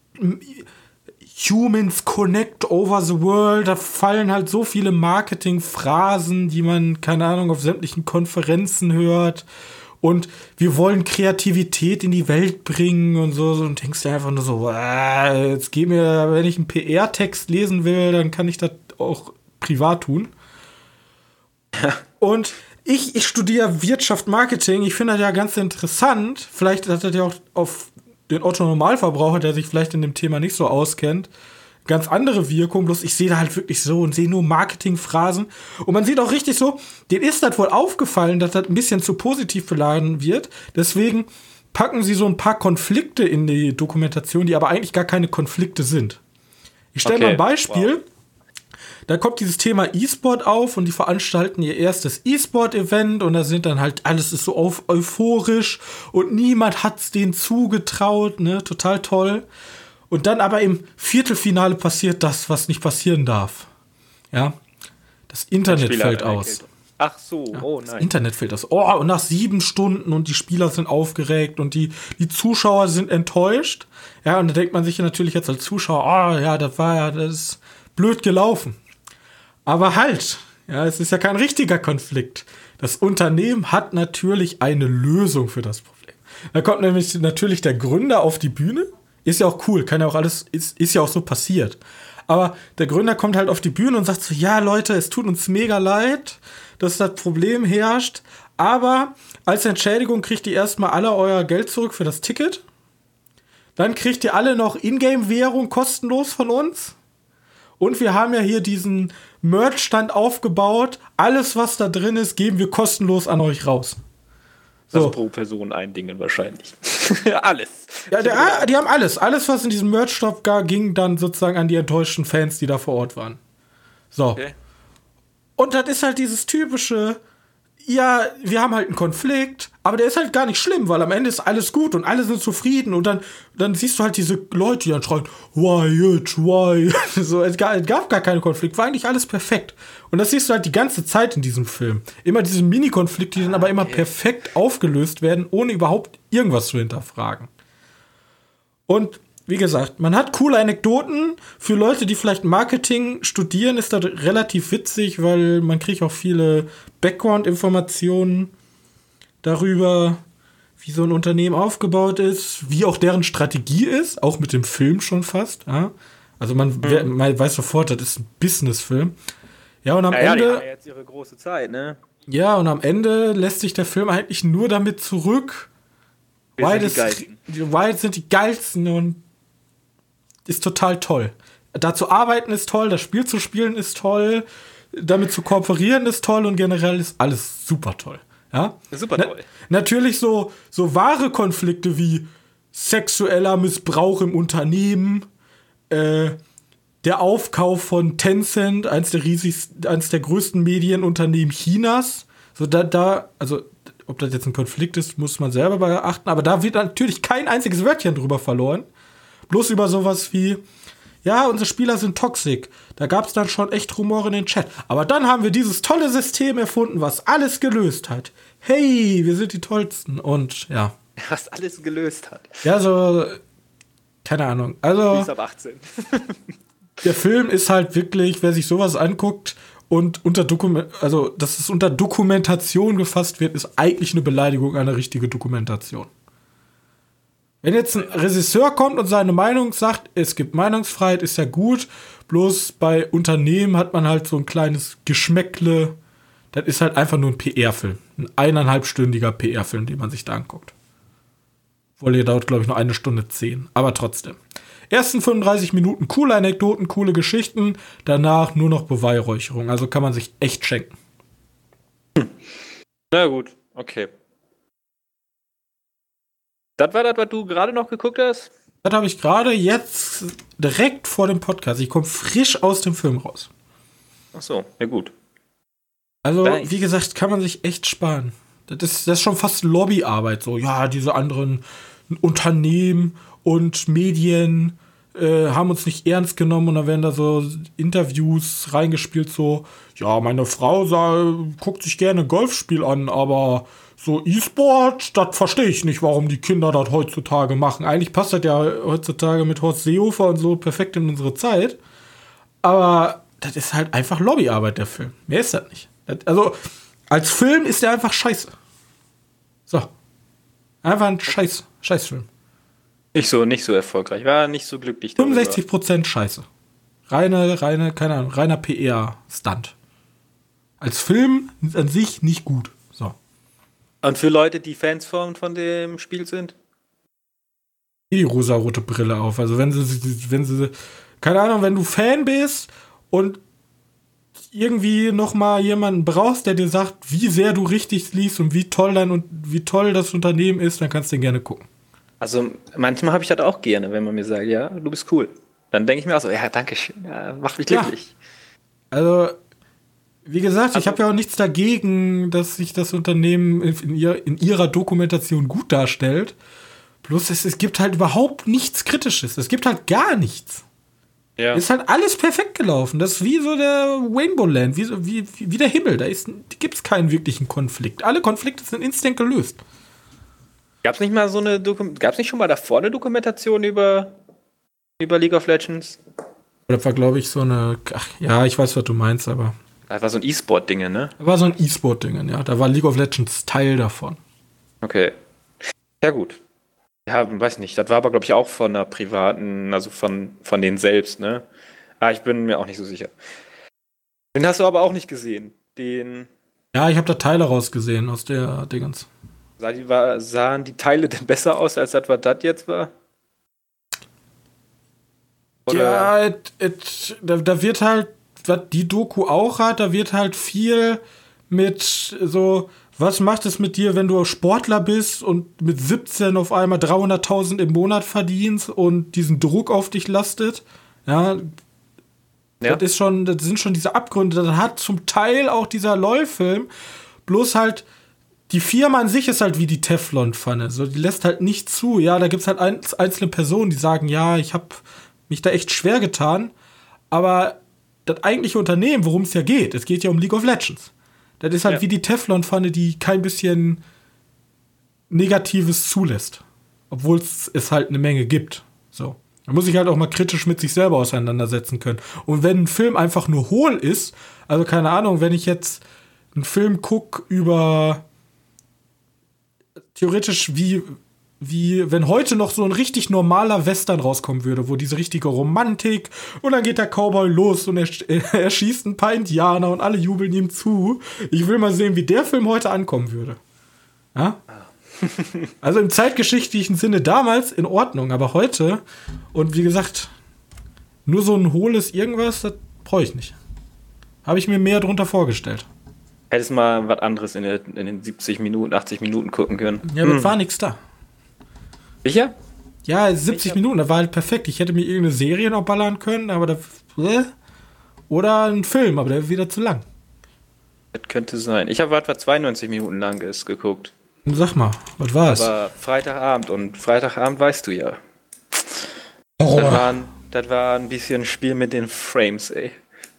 A: Humans connect over the world. Da fallen halt so viele Marketingphrasen, die man, keine Ahnung, auf sämtlichen Konferenzen hört. Und wir wollen Kreativität in die Welt bringen und so. Und denkst du einfach nur so, jetzt geh mir, wenn ich einen PR-Text lesen will, dann kann ich das auch privat tun. Ja. Und ich studiere Wirtschaft, Marketing. Ich finde das ja ganz interessant. Vielleicht hat das ja auch auf den Otto-Normalverbraucher, der sich vielleicht in dem Thema nicht so auskennt, ganz andere Wirkung, bloß ich sehe da halt wirklich so und sehe nur Marketingphrasen. Und man sieht auch richtig so, denen ist das wohl aufgefallen, dass das ein bisschen zu positiv beladen wird. Deswegen packen sie so ein paar Konflikte in die Dokumentation, die aber eigentlich gar keine Konflikte sind. Ich stelle mal ein Beispiel. Wow. Da kommt dieses Thema E-Sport auf und die veranstalten ihr erstes E-Sport-Event und da sind dann halt, alles ist so euphorisch und niemand hat's denen zugetraut, ne, total toll. Und dann aber im Viertelfinale passiert das, was nicht passieren darf. Ja, das Internet fällt aus.
B: Ach so, oh nein.
A: Das Internet fällt aus. Oh, und nach 7 Stunden und die Spieler sind aufgeregt und die Zuschauer sind enttäuscht. Ja, und da denkt man sich natürlich jetzt als Zuschauer, das ist blöd gelaufen. Aber halt, Ja, es ist ja kein richtiger Konflikt. Das Unternehmen hat natürlich eine Lösung für das Problem. Da kommt nämlich natürlich der Gründer auf die Bühne. Ist ja auch cool, kann ja auch alles, ist ja auch so passiert. Aber der Gründer kommt halt auf die Bühne und sagt so, ja Leute, es tut uns mega leid, dass das Problem herrscht, aber als Entschädigung kriegt ihr erstmal alle euer Geld zurück für das Ticket. Dann kriegt ihr alle noch Ingame-Währung kostenlos von uns. Und wir haben ja hier diesen Merch-Stand aufgebaut. Alles, was da drin ist, geben wir kostenlos an euch raus.
B: So. Also pro Person ein Ding wahrscheinlich. Alles.
A: Ja, die haben alles. Alles, was in diesem Merch-Shop ging dann sozusagen an die enttäuschten Fans, die da vor Ort waren. So. Okay. Und das ist halt dieses typische, ja, wir haben halt einen Konflikt, aber der ist halt gar nicht schlimm, weil am Ende ist alles gut und alle sind zufrieden und dann siehst du halt diese Leute, die dann schreien, why? So, es gab gar keinen Konflikt, war eigentlich alles perfekt. Und das siehst du halt die ganze Zeit in diesem Film. Immer diese Mini-Konflikte, die dann aber immer perfekt aufgelöst werden, ohne überhaupt irgendwas zu hinterfragen. Und wie gesagt, man hat coole Anekdoten. Für Leute, die vielleicht Marketing studieren, ist das relativ witzig, weil man kriegt auch viele Background-Informationen darüber, wie so ein Unternehmen aufgebaut ist, wie auch deren Strategie ist, auch mit dem Film schon fast. Ja? Also man weiß sofort, das ist ein Business-Film. Ja, und am Ende...
B: die haben ja jetzt ihre große Zeit, ne?
A: Ja, und am Ende lässt sich der Film eigentlich nur damit zurück, Wild sind die geilsten und ist total toll. Da zu arbeiten ist toll, das Spiel zu spielen ist toll, damit zu kooperieren ist toll und generell ist alles super toll. Ja?
B: Super toll.
A: Natürlich so wahre Konflikte wie sexueller Missbrauch im Unternehmen, der Aufkauf von Tencent, eins der größten Medienunternehmen Chinas. So also ob das jetzt ein Konflikt ist, muss man selber beachten, aber da wird natürlich kein einziges Wörtchen drüber verloren. Bloß über sowas wie, ja, unsere Spieler sind toxisch. Da gab es dann schon echt Rumore in den Chat. Aber dann haben wir dieses tolle System erfunden, was alles gelöst hat. Hey, wir sind die Tollsten. Und ja.
B: Was alles gelöst hat.
A: Ja, so, keine Ahnung. Also,
B: bis ab 18.
A: Der Film ist halt wirklich, wer sich sowas anguckt und dass es unter Dokumentation gefasst wird, ist eigentlich eine Beleidigung an eine richtige Dokumentation. Wenn jetzt ein Regisseur kommt und seine Meinung sagt, es gibt Meinungsfreiheit, ist ja gut, bloß bei Unternehmen hat man halt so ein kleines Geschmäckle, das ist halt einfach nur ein PR-Film. Ein 1,5-stündiger PR-Film, den man sich da anguckt. Obwohl, der dauert, glaube ich, nur 1:10, aber trotzdem. Ersten 35 Minuten coole Anekdoten, coole Geschichten, danach nur noch Beweihräucherung, also kann man sich echt schenken.
B: Na gut, okay. Das war das, was du gerade noch geguckt hast?
A: Das habe ich gerade jetzt direkt vor dem Podcast. Ich komme frisch aus dem Film raus.
B: Ach so, ja gut.
A: Also, wie gesagt, kann man sich echt sparen. Das ist schon fast Lobbyarbeit. So, ja, diese anderen Unternehmen und Medien haben uns nicht ernst genommen und dann werden da so Interviews reingespielt, so, ja, meine Frau guckt sich gerne ein Golfspiel an, aber so E-Sport, das verstehe ich nicht, warum die Kinder das heutzutage machen. Eigentlich passt das ja heutzutage mit Horst Seehofer und so perfekt in unsere Zeit. Aber das ist halt einfach Lobbyarbeit, der Film. Mehr ist das nicht. Also, als Film ist der einfach scheiße. So. Einfach ein Scheißfilm.
B: Nicht so erfolgreich. War nicht so glücklich.
A: 65% Scheiße. Reine, keine Ahnung, reiner PR-Stunt. Als Film an sich nicht gut. So.
B: Und für Leute, die Fans von dem Spiel sind?
A: Die rosarote Brille auf. Also wenn sie, keine Ahnung, wenn du Fan bist und irgendwie noch mal jemanden brauchst, der dir sagt, wie sehr du richtig liest und wie toll das Unternehmen ist, dann kannst du den gerne gucken.
B: Also manchmal habe ich das auch gerne, wenn man mir sagt, ja, du bist cool. Dann denke ich mir auch so, ja, danke schön, ja, macht mich glücklich.
A: Ja. Also, wie gesagt, ich habe ja auch nichts dagegen, dass sich das Unternehmen in ihrer Dokumentation gut darstellt. Bloß es gibt halt überhaupt nichts Kritisches. Es gibt halt gar nichts. Ja. Ist halt alles perfekt gelaufen. Das ist wie so der Rainbow Land, wie der Himmel. Da gibt's keinen wirklichen Konflikt. Alle Konflikte sind instant gelöst.
B: Gab's nicht mal gab's nicht schon mal davor eine Dokumentation über League of Legends?
A: Das war, glaube ich, so eine. Ach, ja, ich weiß, was du meinst, aber
B: Das war so ein E-Sport-Ding, ne?
A: Da war so ein E-Sport-Ding, ja. Da war League of Legends Teil davon.
B: Okay. Ja, gut. Ja, weiß nicht. Das war aber, glaube ich, auch von einer privaten, also von denen selbst, ne? Ah, ich bin mir auch nicht so sicher. Den hast du aber auch nicht gesehen.
A: Ja, ich habe da Teile rausgesehen aus der Dingens.
B: Sahen die Teile denn besser aus, als das, was das jetzt war?
A: Oder? Ja, da wird halt, was die Doku auch hat, da wird halt viel mit so, was macht es mit dir, wenn du Sportler bist und mit 17 auf einmal 300.000 im Monat verdienst und diesen Druck auf dich lastet? Ja. Das sind schon diese Abgründe. Das hat zum Teil auch dieser LOL-Film, bloß halt die Firma an sich ist halt wie die Teflonpfanne. So, die lässt halt nicht zu. Ja, da gibt's halt einzelne Personen, die sagen, ja, ich habe mich da echt schwer getan. Aber das eigentliche Unternehmen, worum es ja geht, es geht ja um League of Legends. Das ist halt wie die Teflonpfanne, die kein bisschen Negatives zulässt. Obwohl es halt eine Menge gibt. So. Da muss ich halt auch mal kritisch mit sich selber auseinandersetzen können. Und wenn ein Film einfach nur hohl ist, also keine Ahnung, wenn ich jetzt einen Film gucke über theoretisch wie wenn heute noch so ein richtig normaler Western rauskommen würde, wo diese richtige Romantik und dann geht der Cowboy los und er schießt ein paar Indianer und alle jubeln ihm zu. Ich will mal sehen, wie der Film heute ankommen würde. Ja? Also im zeitgeschichtlichen Sinne damals in Ordnung, aber heute und wie gesagt, nur so ein hohles Irgendwas, das brauche ich nicht. Habe ich mir mehr drunter vorgestellt.
B: Hättest mal was anderes in den 70 Minuten, 80 Minuten gucken können.
A: Ja, aber war nichts da.
B: Sicher?
A: Ja, 70 Minuten, das war halt perfekt. Ich hätte mir irgendeine Serie noch ballern können, aber da. Oder einen Film, aber der ist wieder zu lang.
B: Das könnte sein. Ich habe was 92 Minuten lang ist geguckt.
A: Sag mal, was war es?
B: Aber Freitagabend und Freitagabend weißt du ja.
A: Oh.
B: Das war ein bisschen Spiel mit den Frames, ey.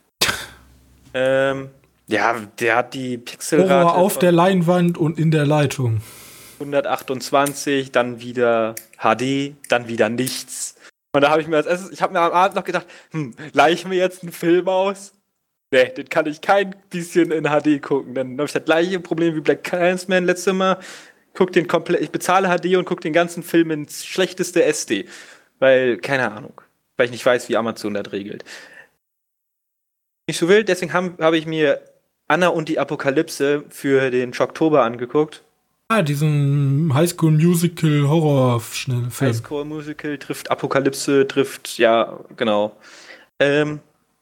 B: Ja, der hat die Pixelrate
A: Horror auf der Leinwand und in der Leitung.
B: 128, dann wieder HD, dann wieder nichts. Und da habe ich mir am Abend noch gedacht, leih ich mir jetzt einen Film aus? Nee, den kann ich kein bisschen in HD gucken. Dann habe ich das gleiche Problem wie Black Clansman letztes Mal. Ich bezahle HD und gucke den ganzen Film ins schlechteste SD. Weil, keine Ahnung, weil ich nicht weiß, wie Amazon das regelt. Nicht so wild, deswegen habe ich mir Anna und die Apokalypse für den Schocktober angeguckt.
A: Ah, diesen Highschool Musical Horror Film.
B: Highschool Musical trifft Apokalypse, ja, genau. Ja.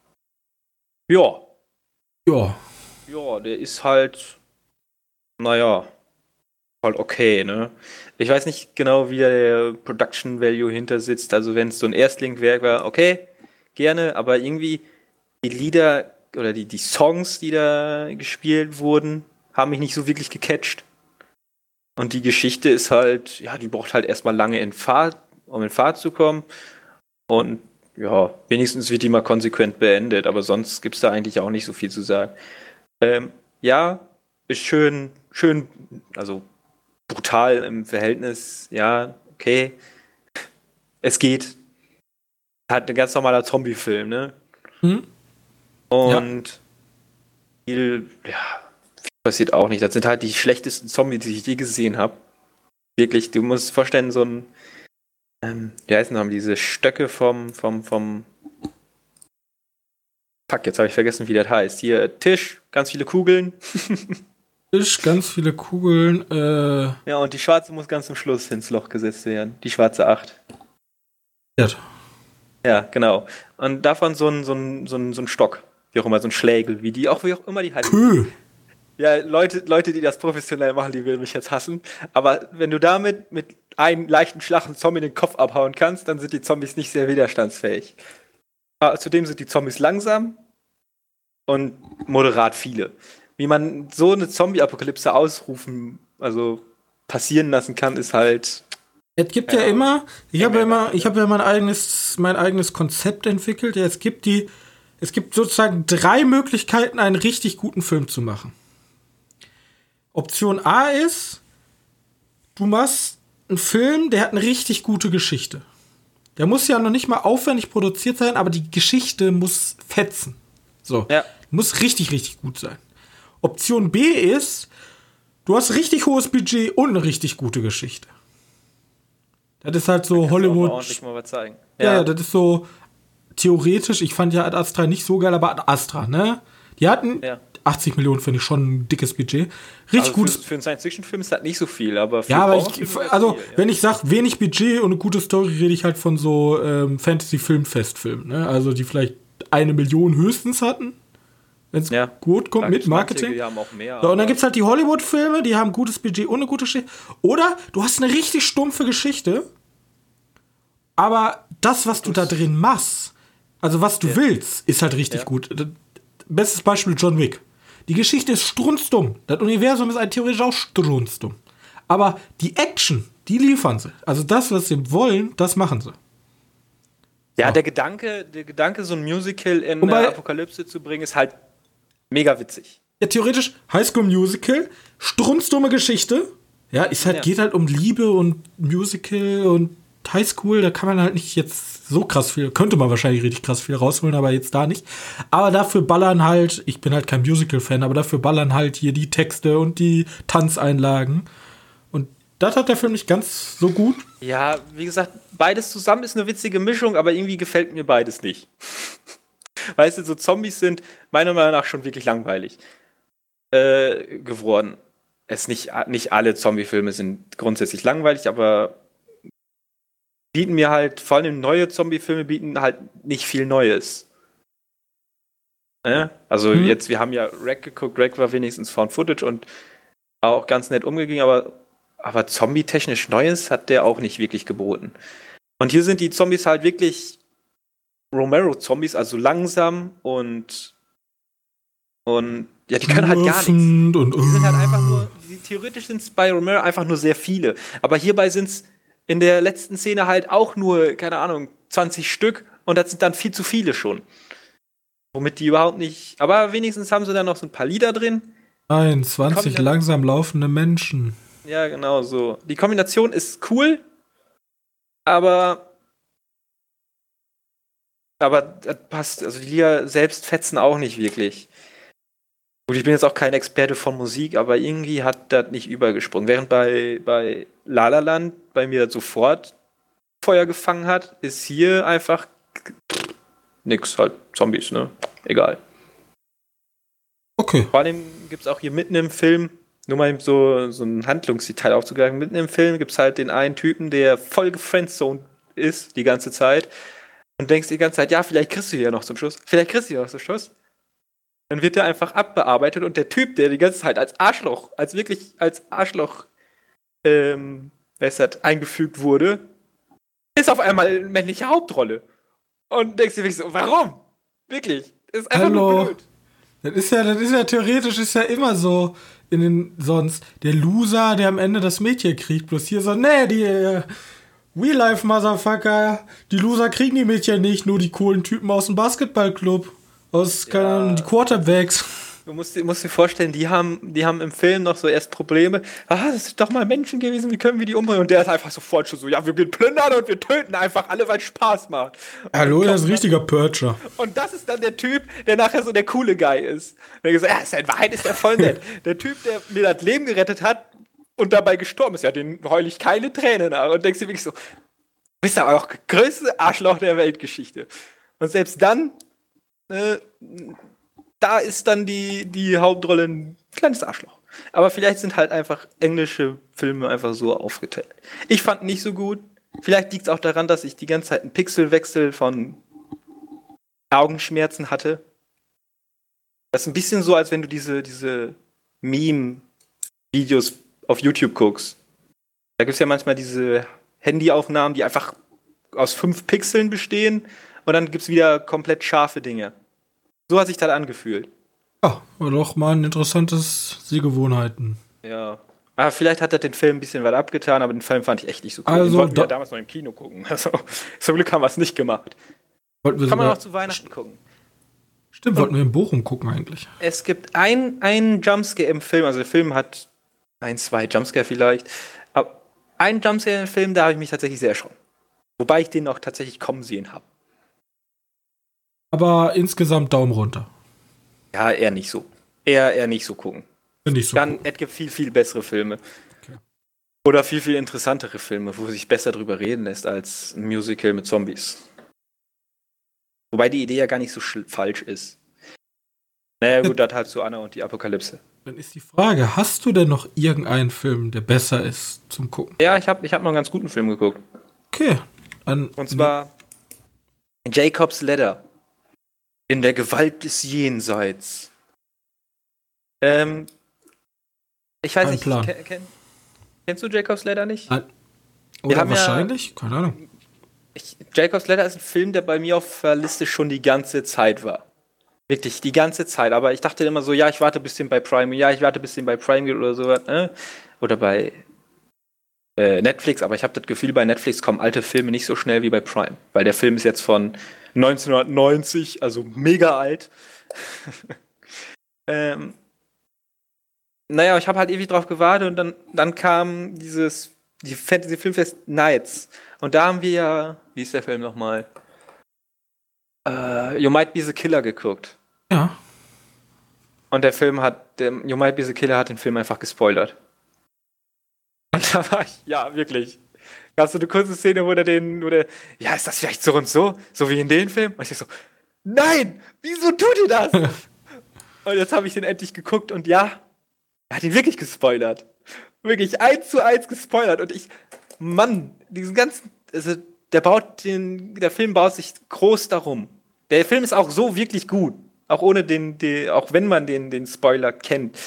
A: Ja.
B: Ja, der ist halt, naja, halt okay, ne? Ich weiß nicht genau, wie der Production Value hinter sitzt. Also wenn es so ein Erstlingswerk war, okay, gerne, aber irgendwie die Lieder oder die Songs, die da gespielt wurden, haben mich nicht so wirklich gecatcht. Und die Geschichte ist halt, ja, die braucht halt erstmal lange um in Fahrt zu kommen. Und ja, wenigstens wird die mal konsequent beendet, aber sonst gibt es da eigentlich auch nicht so viel zu sagen. Ja, ist schön, also brutal im Verhältnis, ja, okay. Es geht. Halt ein ganz normaler Zombie-Film, ne? Und viel passiert auch nicht. Das sind halt die schlechtesten Zombies, die ich je gesehen habe. Wirklich, du musst dir vorstellen, so ein wie heißen haben diese Stöcke vom Fuck, jetzt habe ich vergessen, wie das heißt. Hier, Tisch, ganz viele Kugeln.
A: Tisch, ganz viele Kugeln.
B: Ja, und die schwarze muss ganz zum Schluss ins Loch gesetzt werden. Die schwarze 8. Ja, genau. Und davon so ein Stock. Wie auch immer, so ein Schlägel, wie auch immer die heißen. Ja, Leute, die das professionell machen, die werden mich jetzt hassen. Aber wenn du damit mit einem leichten Schlag einen Zombie den Kopf abhauen kannst, dann sind die Zombies nicht sehr widerstandsfähig. Zudem sind die Zombies langsam und moderat viele. Wie man so eine Zombie-Apokalypse passieren lassen kann, ist halt.
A: Es gibt ja immer, ich habe ja mein eigenes Konzept entwickelt. Ja, es gibt sozusagen 3 Möglichkeiten, einen richtig guten Film zu machen. Option A ist, du machst einen Film, der hat eine richtig gute Geschichte. Der muss ja noch nicht mal aufwendig produziert sein, aber die Geschichte muss fetzen. So. Ja. Muss richtig, richtig gut sein. Option B ist, du hast richtig hohes Budget und eine richtig gute Geschichte. Das ist halt so Hollywood.
B: Ordentlich mal was zeigen.
A: Ja, das ist so theoretisch. Ich fand ja Ad Astra nicht so geil, aber Ad Astra, ne? Die hatten 80 Millionen, finde ich schon ein dickes Budget. Richtig
B: also
A: gut.
B: Für einen Science-Fiction-Film ist das nicht so viel, aber für
A: wenn ich sage wenig Budget und eine gute Story, rede ich halt von so Fantasy-Filmfestfilmen, ne? Also die vielleicht 1 Million höchstens hatten. Wenn es gut kommt mit Marketing.
B: Die haben auch mehr,
A: so, und dann gibt es halt die Hollywood-Filme, die haben gutes Budget und eine gute Geschichte. Oder du hast eine richtig stumpfe Geschichte, aber das, was du da drin machst, also was du willst, ist halt richtig gut. Bestes Beispiel John Wick. Die Geschichte ist strunzdumm. Das Universum ist theoretisch auch strunzdumm. Aber die Action, die liefern sie. Also das, was sie wollen, das machen sie.
B: Ja, der Gedanke, so ein Musical in eine Apokalypse zu bringen, ist halt mega witzig.
A: Ja, theoretisch High School Musical, strunzdumme Geschichte. Ja, geht halt um Liebe und Musical und High School. Da kann man halt nicht jetzt so krass viel, könnte man wahrscheinlich richtig krass viel rausholen, aber jetzt da nicht. Aber dafür ballern halt, ich bin halt kein Musical-Fan, aber dafür ballern halt hier die Texte und die Tanzeinlagen. Und das hat der Film nicht ganz so gut.
B: Ja, wie gesagt, beides zusammen ist eine witzige Mischung, aber irgendwie gefällt mir beides nicht. Weißt du, so Zombies sind meiner Meinung nach schon wirklich langweilig geworden. Nicht alle Zombie-Filme sind grundsätzlich langweilig, aber bieten mir halt, vor allem neue Zombie-Filme bieten halt nicht viel Neues. Also jetzt, wir haben ja Wreck geguckt, Wreck war wenigstens Found Footage und auch ganz nett umgegangen, aber Zombie-technisch Neues hat der auch nicht wirklich geboten. Und hier sind die Zombies halt wirklich Romero-Zombies, also langsam und ja, die können halt gar nichts. Die sind halt einfach nur, theoretisch sind es bei Romero einfach nur sehr viele. Aber hierbei sind es in der letzten Szene halt auch nur, keine Ahnung, 20 Stück und das sind dann viel zu viele schon. Womit die überhaupt nicht, aber wenigstens haben sie dann noch so ein paar Lieder drin.
A: Nein, 20 langsam laufende Menschen.
B: Ja, genau so. Die Kombination ist cool, aber das passt, also die Lieder selbst fetzen auch nicht wirklich. Gut, ich bin jetzt auch kein Experte von Musik, aber irgendwie hat das nicht übergesprungen. Während bei La La Land bei mir das sofort Feuer gefangen hat, ist hier einfach nix, halt Zombies, ne? Egal.
A: Okay.
B: Vor allem gibt es auch hier mitten im Film, nur mal so ein Handlungsdetail aufzugreifen, mitten im Film gibt es halt den einen Typen, der voll gefriendzoned ist die ganze Zeit und denkst die ganze Zeit, ja, vielleicht kriegst du die ja noch zum Schluss. Dann wird der einfach abbearbeitet und der Typ, der die ganze Zeit als Arschloch eingefügt wurde, ist auf einmal eine männliche Hauptrolle. Und denkst dir wirklich so, warum? Wirklich. Das ist einfach nur blöd.
A: Das ist ja theoretisch ist ja immer so sonst der Loser, der am Ende das Mädchen kriegt. Bloß hier so, nee, die Real-Life-Motherfucker, die Loser kriegen die Mädchen nicht, nur die coolen Typen aus dem Basketballclub. Keine Ahnung, die Quarterbacks.
B: Du musst dir vorstellen, die haben im Film noch so erst Probleme. Das sind doch mal Menschen gewesen, wie können wir die umbringen? Und der ist einfach sofort schon so, ja, wir gehen plündern und wir töten einfach alle, weil es Spaß macht.
A: Hallo, das ist ein richtiger Purger.
B: Und das ist dann der Typ, der nachher so der coole Guy ist. Und der gesagt, in Wahrheit ist der voll nett. Der Typ, der mir das Leben gerettet hat und dabei gestorben ist, ja, den heul ich keine Tränen nach. Und denkst dir wirklich so, du bist aber auch der größte Arschloch der Weltgeschichte. Und selbst dann da ist dann die Hauptrolle ein kleines Arschloch. Aber vielleicht sind halt einfach englische Filme einfach so aufgeteilt. Ich fand nicht so gut. Vielleicht liegt es auch daran, dass ich die ganze Zeit einen Pixelwechsel von Augenschmerzen hatte. Das ist ein bisschen so, als wenn du diese Meme-Videos auf YouTube guckst. Da gibt es ja manchmal diese Handyaufnahmen, die einfach aus 5 Pixeln bestehen. Und dann gibt es wieder komplett scharfe Dinge. So hat sich das angefühlt.
A: Ja, war doch mal ein interessantes Sehgewohnheiten.
B: Ja. Aber vielleicht hat er den Film ein bisschen was abgetan, aber den Film fand ich echt nicht so cool.
A: Also,
B: den wollten wir damals noch im Kino gucken. Also, zum Glück haben wir es nicht gemacht. Kann man auch zu Weihnachten gucken.
A: Stimmt, wollten wir in Bochum gucken eigentlich.
B: Es gibt einen Jumpscare im Film, also der Film hat 2 Jumpscare vielleicht, aber einen Jumpscare im Film, da habe ich mich tatsächlich sehr erschrocken. Wobei ich den auch tatsächlich kommen sehen habe.
A: Aber insgesamt Daumen runter.
B: Ja, eher nicht so. Eher nicht so gucken.
A: Nicht so
B: Dann, es gibt viel, viel bessere Filme.
A: Okay.
B: Oder viel, viel interessantere Filme, wo sich besser drüber reden lässt als ein Musical mit Zombies. Wobei die Idee ja gar nicht so falsch ist. Naja, gut, das halt so Anna und die Apokalypse.
A: Dann ist die Frage, hast du denn noch irgendeinen Film, der besser ist zum Gucken?
B: Ja, ich hab noch einen ganz guten Film geguckt.
A: Okay.
B: Und zwar Jacob's Ladder. In der Gewalt des Jenseits. Ich weiß nicht, kennst du Jacob's Ladder nicht?
A: Oder wahrscheinlich? Ja, keine Ahnung.
B: Jacob's Ladder ist ein Film, der bei mir auf der Liste schon die ganze Zeit war. Wirklich, die ganze Zeit. Aber ich dachte immer so, ja, ich warte bis den bei Prime, geht oder sowas, ne? Oder bei Netflix. Aber ich habe das Gefühl, bei Netflix kommen alte Filme nicht so schnell wie bei Prime. Weil der Film ist jetzt von 1990, also mega alt. Naja, ich habe halt ewig drauf gewartet und dann kam die Fantasy Filmfest Nights. Und da haben wir ja, wie ist der Film nochmal? You Might Be the Killer geguckt.
A: Ja.
B: Und You Might Be the Killer hat den Film einfach gespoilert. Und da war ich, ja, wirklich. Gab es so eine kurze Szene, ja, ist das vielleicht so und so? So wie in den Film? Und ich so, nein! Wieso tut ihr das? Und jetzt habe ich den endlich geguckt und ja, er hat ihn wirklich gespoilert. Wirklich 1:1 gespoilert. Und diesen ganzen, also der Film baut sich groß darum. Der Film ist auch so wirklich gut. Auch ohne auch wenn man den Spoiler kennt.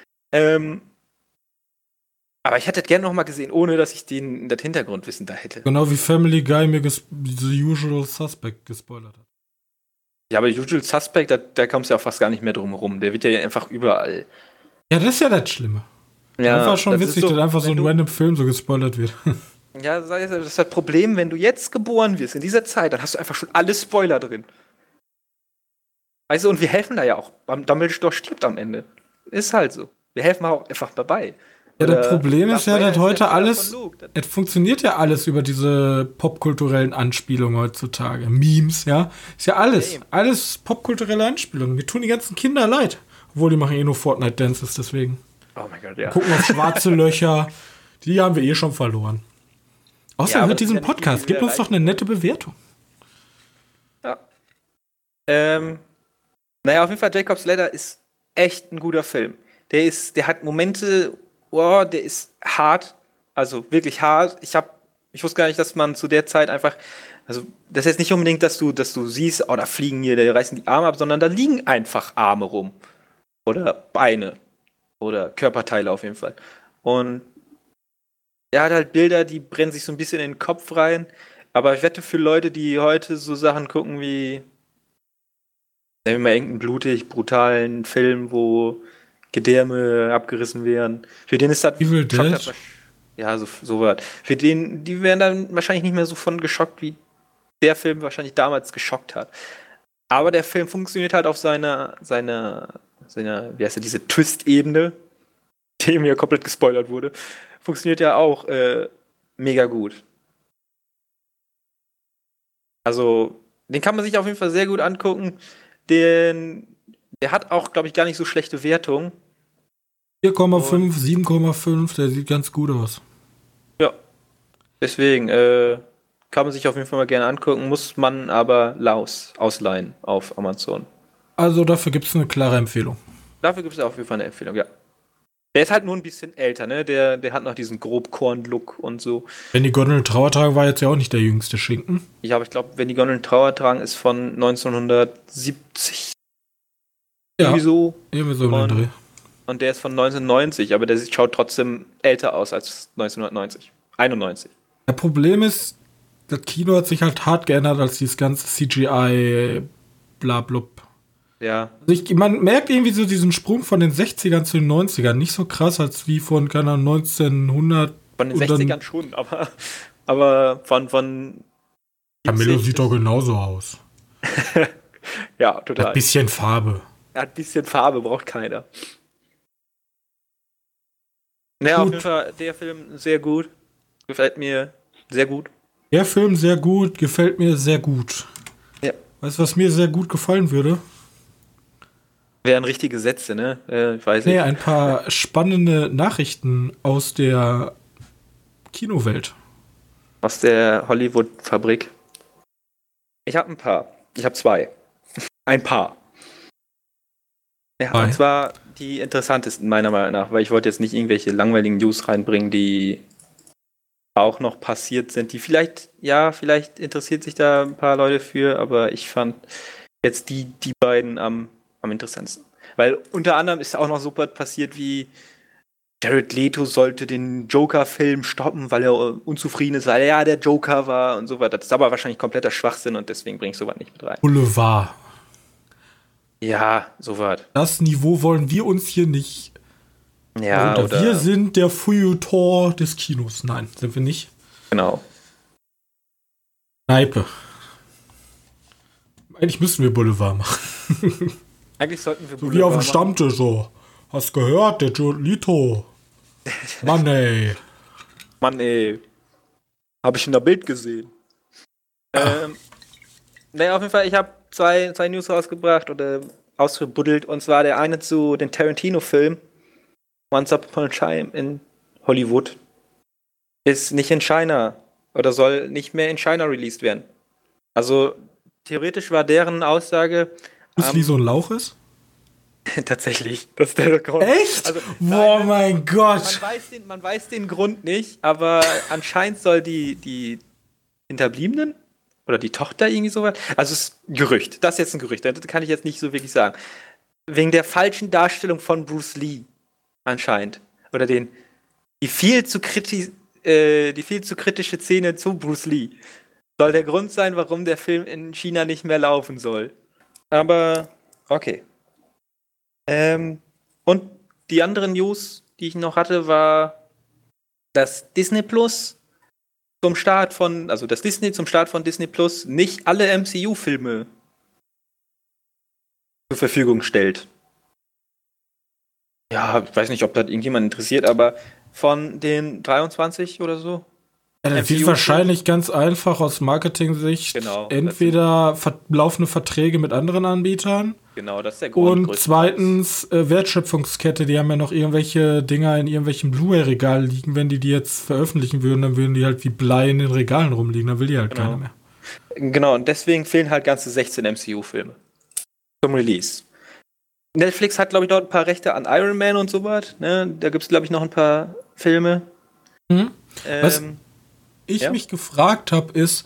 B: Aber ich hätte das gerne nochmal gesehen, ohne dass ich das Hintergrundwissen da hätte.
A: Genau wie Family Guy mir The Usual Suspect gespoilert hat.
B: Ja, aber Usual Suspect, da kommst du ja auch fast gar nicht mehr drum herum. Der wird ja einfach überall.
A: Ja, das ist ja das Schlimme. Ja, einfach schon witzig, dass einfach so ein random Film so gespoilert wird.
B: Ja, das ist das Problem, wenn du jetzt geboren wirst, in dieser Zeit, dann hast du einfach schon alle Spoiler drin. Weißt du, und wir helfen da ja auch. Dumbledore stirbt am Ende. Ist halt so. Wir helfen auch einfach dabei.
A: Ja, das Problem ist ja, dass heute alles, es funktioniert ja alles über diese popkulturellen Anspielungen heutzutage. Memes, ja. Ist ja alles popkulturelle Anspielungen. Wir tun die ganzen Kinder leid. Obwohl, die machen nur Fortnite-Dances, deswegen.
B: Oh mein Gott, ja.
A: Gucken auf schwarze Löcher. Die haben wir schon verloren. Außerdem hört diesen Podcast. Gib uns doch eine nette Bewertung.
B: Ja. Naja, auf jeden Fall, Jacob's Ladder ist echt ein guter Film. Der hat Momente, der ist hart. Also wirklich hart. Ich wusste gar nicht, dass man zu der Zeit einfach, also das ist jetzt nicht unbedingt, dass du siehst, da fliegen hier, da reißen die Arme ab, sondern da liegen einfach Arme rum. Oder Beine. Oder Körperteile auf jeden Fall. Und er hat halt Bilder, die brennen sich so ein bisschen in den Kopf rein. Aber ich wette, für Leute, die heute so Sachen gucken wie, nehmen wir mal irgendeinen blutig, brutalen Film, wo Gedärme abgerissen werden. Für den ist das...
A: Evil Dead?
B: Ja, so was. Für den, die werden dann wahrscheinlich nicht mehr so von geschockt, wie der Film wahrscheinlich damals geschockt hat. Aber der Film funktioniert halt auf seiner wie heißt diese Twist-Ebene, die mir komplett gespoilert wurde, funktioniert ja auch mega gut. Also, den kann man sich auf jeden Fall sehr gut angucken. Der hat auch, glaube ich, gar nicht so schlechte Wertungen.
A: 4,5, 7,5, der sieht ganz gut aus.
B: Ja. Deswegen, kann man sich auf jeden Fall mal gerne angucken, muss man aber ausleihen auf Amazon.
A: Also dafür gibt es eine klare Empfehlung.
B: Dafür gibt es auf jeden Fall eine Empfehlung, ja. Der ist halt nur ein bisschen älter, ne? Der hat noch diesen Grobkorn-Look und so.
A: Wenn die Gondeln Trauer tragen, war jetzt ja auch nicht der jüngste Schinken.
B: Ja, aber ich glaube, wenn die Gondeln Trauer tragen, ist von 1970.
A: Ja,
B: irgendwie so
A: im Dreh.
B: Und der ist von 1990, aber der schaut trotzdem älter aus als 1990. 91.
A: Das Problem ist, das Kino hat sich halt hart geändert als dieses ganze CGI blablub.
B: Ja.
A: Also man merkt irgendwie so diesen Sprung von den 60ern zu den 90ern. Nicht so krass als wie von, keine Ahnung, 1900.
B: Von den 60ern schon, aber von
A: Camillo sieht doch genauso aus.
B: Ja, total.
A: Ein bisschen Farbe.
B: Er hat ein bisschen Farbe, braucht keiner. Naja, auf jeden Fall, der Film sehr gut. Gefällt mir sehr gut.
A: Der Film sehr gut, gefällt mir sehr gut.
B: Ja.
A: Weißt du, was mir sehr gut gefallen würde?
B: Wären richtige Sätze, ne? Weiß
A: Nee,
B: ich.
A: ein paar spannende Nachrichten aus der Kinowelt.
B: Aus der Hollywood-Fabrik. Ich habe ein paar. Ich habe zwei. Ein paar. Ja,
A: Zwei.
B: und zwar die interessantesten meiner Meinung nach, weil ich wollte jetzt nicht irgendwelche langweiligen News reinbringen, die auch noch passiert sind, die vielleicht interessiert sich da ein paar Leute für, aber ich fand jetzt die beiden am interessantesten. Weil unter anderem ist auch noch so was passiert wie Jared Leto sollte den Joker-Film stoppen, weil er unzufrieden ist, weil er ja der Joker war und so weiter. Das ist aber wahrscheinlich kompletter Schwachsinn und deswegen bringe ich sowas nicht mit rein.
A: Boulevard.
B: Ja, sowas.
A: Das Niveau wollen wir uns hier nicht.
B: Ja, oder
A: wir sind der Feuilleton des Kinos. Nein, sind wir nicht.
B: genau.
A: Kneipe. Eigentlich müssen wir Boulevard machen.
B: Eigentlich sollten wir
A: So wie auf dem
B: machen.
A: Stammtisch so. Hast gehört, der Jolito. Mann, ey.
B: Mann, ey. Habe ich in der Bild gesehen. Naja, auf jeden Fall, ich habe zwei News rausgebracht oder ausgebuddelt. Und zwar der eine zu den Tarantino-Film Once Upon a Time in Hollywood ist nicht in China oder soll nicht mehr in China released werden. Also theoretisch war deren Aussage
A: Ist wie so ein Lauch ist?
B: tatsächlich, das ist der Grund.
A: Echt?
B: Also,
A: Boah,
B: nein,
A: mein Gott.
B: man weiß den Grund nicht, aber anscheinend soll die Hinterbliebenen oder die Tochter irgendwie sowas, also es ist ein Gerücht, das ist jetzt ein Gerücht, das kann ich jetzt nicht so wirklich sagen. Wegen der falschen Darstellung von Bruce Lee anscheinend. Oder die viel zu kritische Szene zu Bruce Lee soll der Grund sein, warum der Film in China nicht mehr laufen soll. Aber okay. Und die anderen News, die ich noch hatte, war, dass Disney Plus zum Start von Disney Plus nicht alle MCU-Filme zur Verfügung stellt. Ja, ich weiß nicht, ob das irgendjemand interessiert, aber von den 23 oder so.
A: Ja, das wird wahrscheinlich ganz einfach aus Marketing-Sicht.
B: Genau,
A: Entweder laufende Verträge mit anderen Anbietern.
B: Genau, das ist der Grund.
A: Und zweitens Wertschöpfungskette. Die haben ja noch irgendwelche Dinger in irgendwelchen Blu-ray-Regalen liegen. Wenn die jetzt veröffentlichen würden, dann würden die halt wie Blei in den Regalen rumliegen. Dann will die halt keiner mehr.
B: Genau, und deswegen fehlen halt ganze 16 MCU-Filme zum Release. Netflix hat, glaube ich, dort ein paar Rechte an Iron Man und sowas. Ne? Da gibt es, glaube ich, noch ein paar Filme.
A: Was ich mich gefragt habe, ist,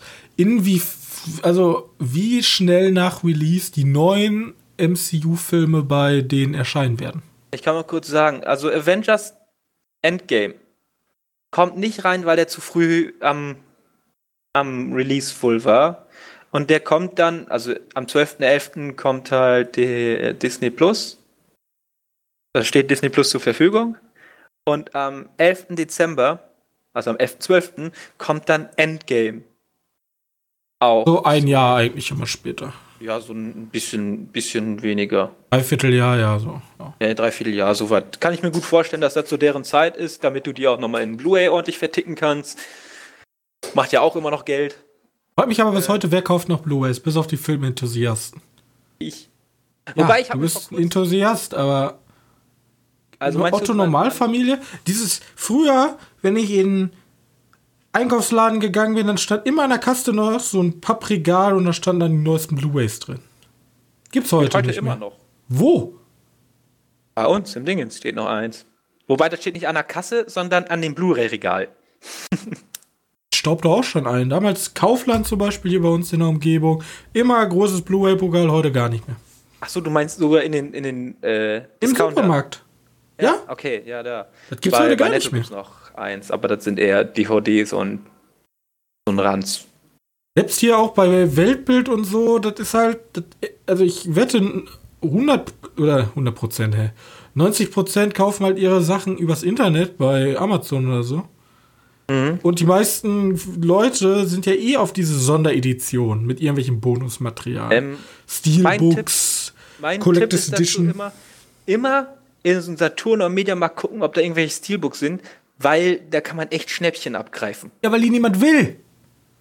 A: wie schnell nach Release die neuen MCU-Filme bei denen erscheinen werden.
B: Ich kann mal kurz sagen, also Avengers Endgame kommt nicht rein, weil der zu früh am Release full war. Und der kommt dann, also am 12.11. kommt halt der Disney Plus. Da steht Disney Plus zur Verfügung. Und am 11. Dezember, also am 11.12., kommt dann Endgame. Auch.
A: So ein Jahr eigentlich immer später.
B: Ja, so ein bisschen weniger.
A: Dreivierteljahr, ja, so.
B: Ja, Dreivierteljahr, so was. Kann ich mir gut vorstellen, dass das zu deren Zeit ist, damit du die auch nochmal in Blu-ray ordentlich verticken kannst. Macht ja auch immer noch Geld.
A: Freut mich aber bis heute, wer kauft noch Blu-rays, bis auf die Filmenthusiasten.
B: Ich.
A: Ja,
B: Wobei ich
A: du bist ein Enthusiast, aber
B: also
A: Otto-Normalfamilie, früher, wenn ich in Einkaufsladen gegangen bin, dann stand immer an der Kaste noch so ein Pappregal und da standen dann die neuesten Blu-rays drin. Gibt's heute nicht
B: immer
A: mehr.
B: noch.
A: Wo?
B: Bei uns im Dingens steht noch eins. Wobei, das steht nicht an der Kasse, sondern an dem Blu-ray-Regal.
A: Staubt auch schon ein. Damals Kaufland zum Beispiel hier bei uns in der Umgebung. Immer großes Blu-ray-Pokal, heute gar nicht mehr.
B: Achso, du meinst sogar in den
A: Im Supermarkt. Ja?
B: Okay, ja, da.
A: Das gibt's heute gar
B: bei
A: nicht mehr.
B: Netto gibt's noch eins, aber das sind eher DVDs und so ein Ranz.
A: Selbst hier auch bei Weltbild und so, das ist halt, also ich wette 100%, 90% kaufen halt ihre Sachen übers Internet bei Amazon oder so.
B: Mhm.
A: Und die meisten Leute sind ja eh auf diese Sonderedition mit irgendwelchen Bonusmaterial. Steelbooks,
B: Mein
A: Collector's
B: Tipp ist
A: Edition.
B: dazu immer in so einem Saturn oder Mediamarkt gucken, ob da irgendwelche Steelbooks sind, weil da kann man echt Schnäppchen abgreifen.
A: Ja, weil die niemand will.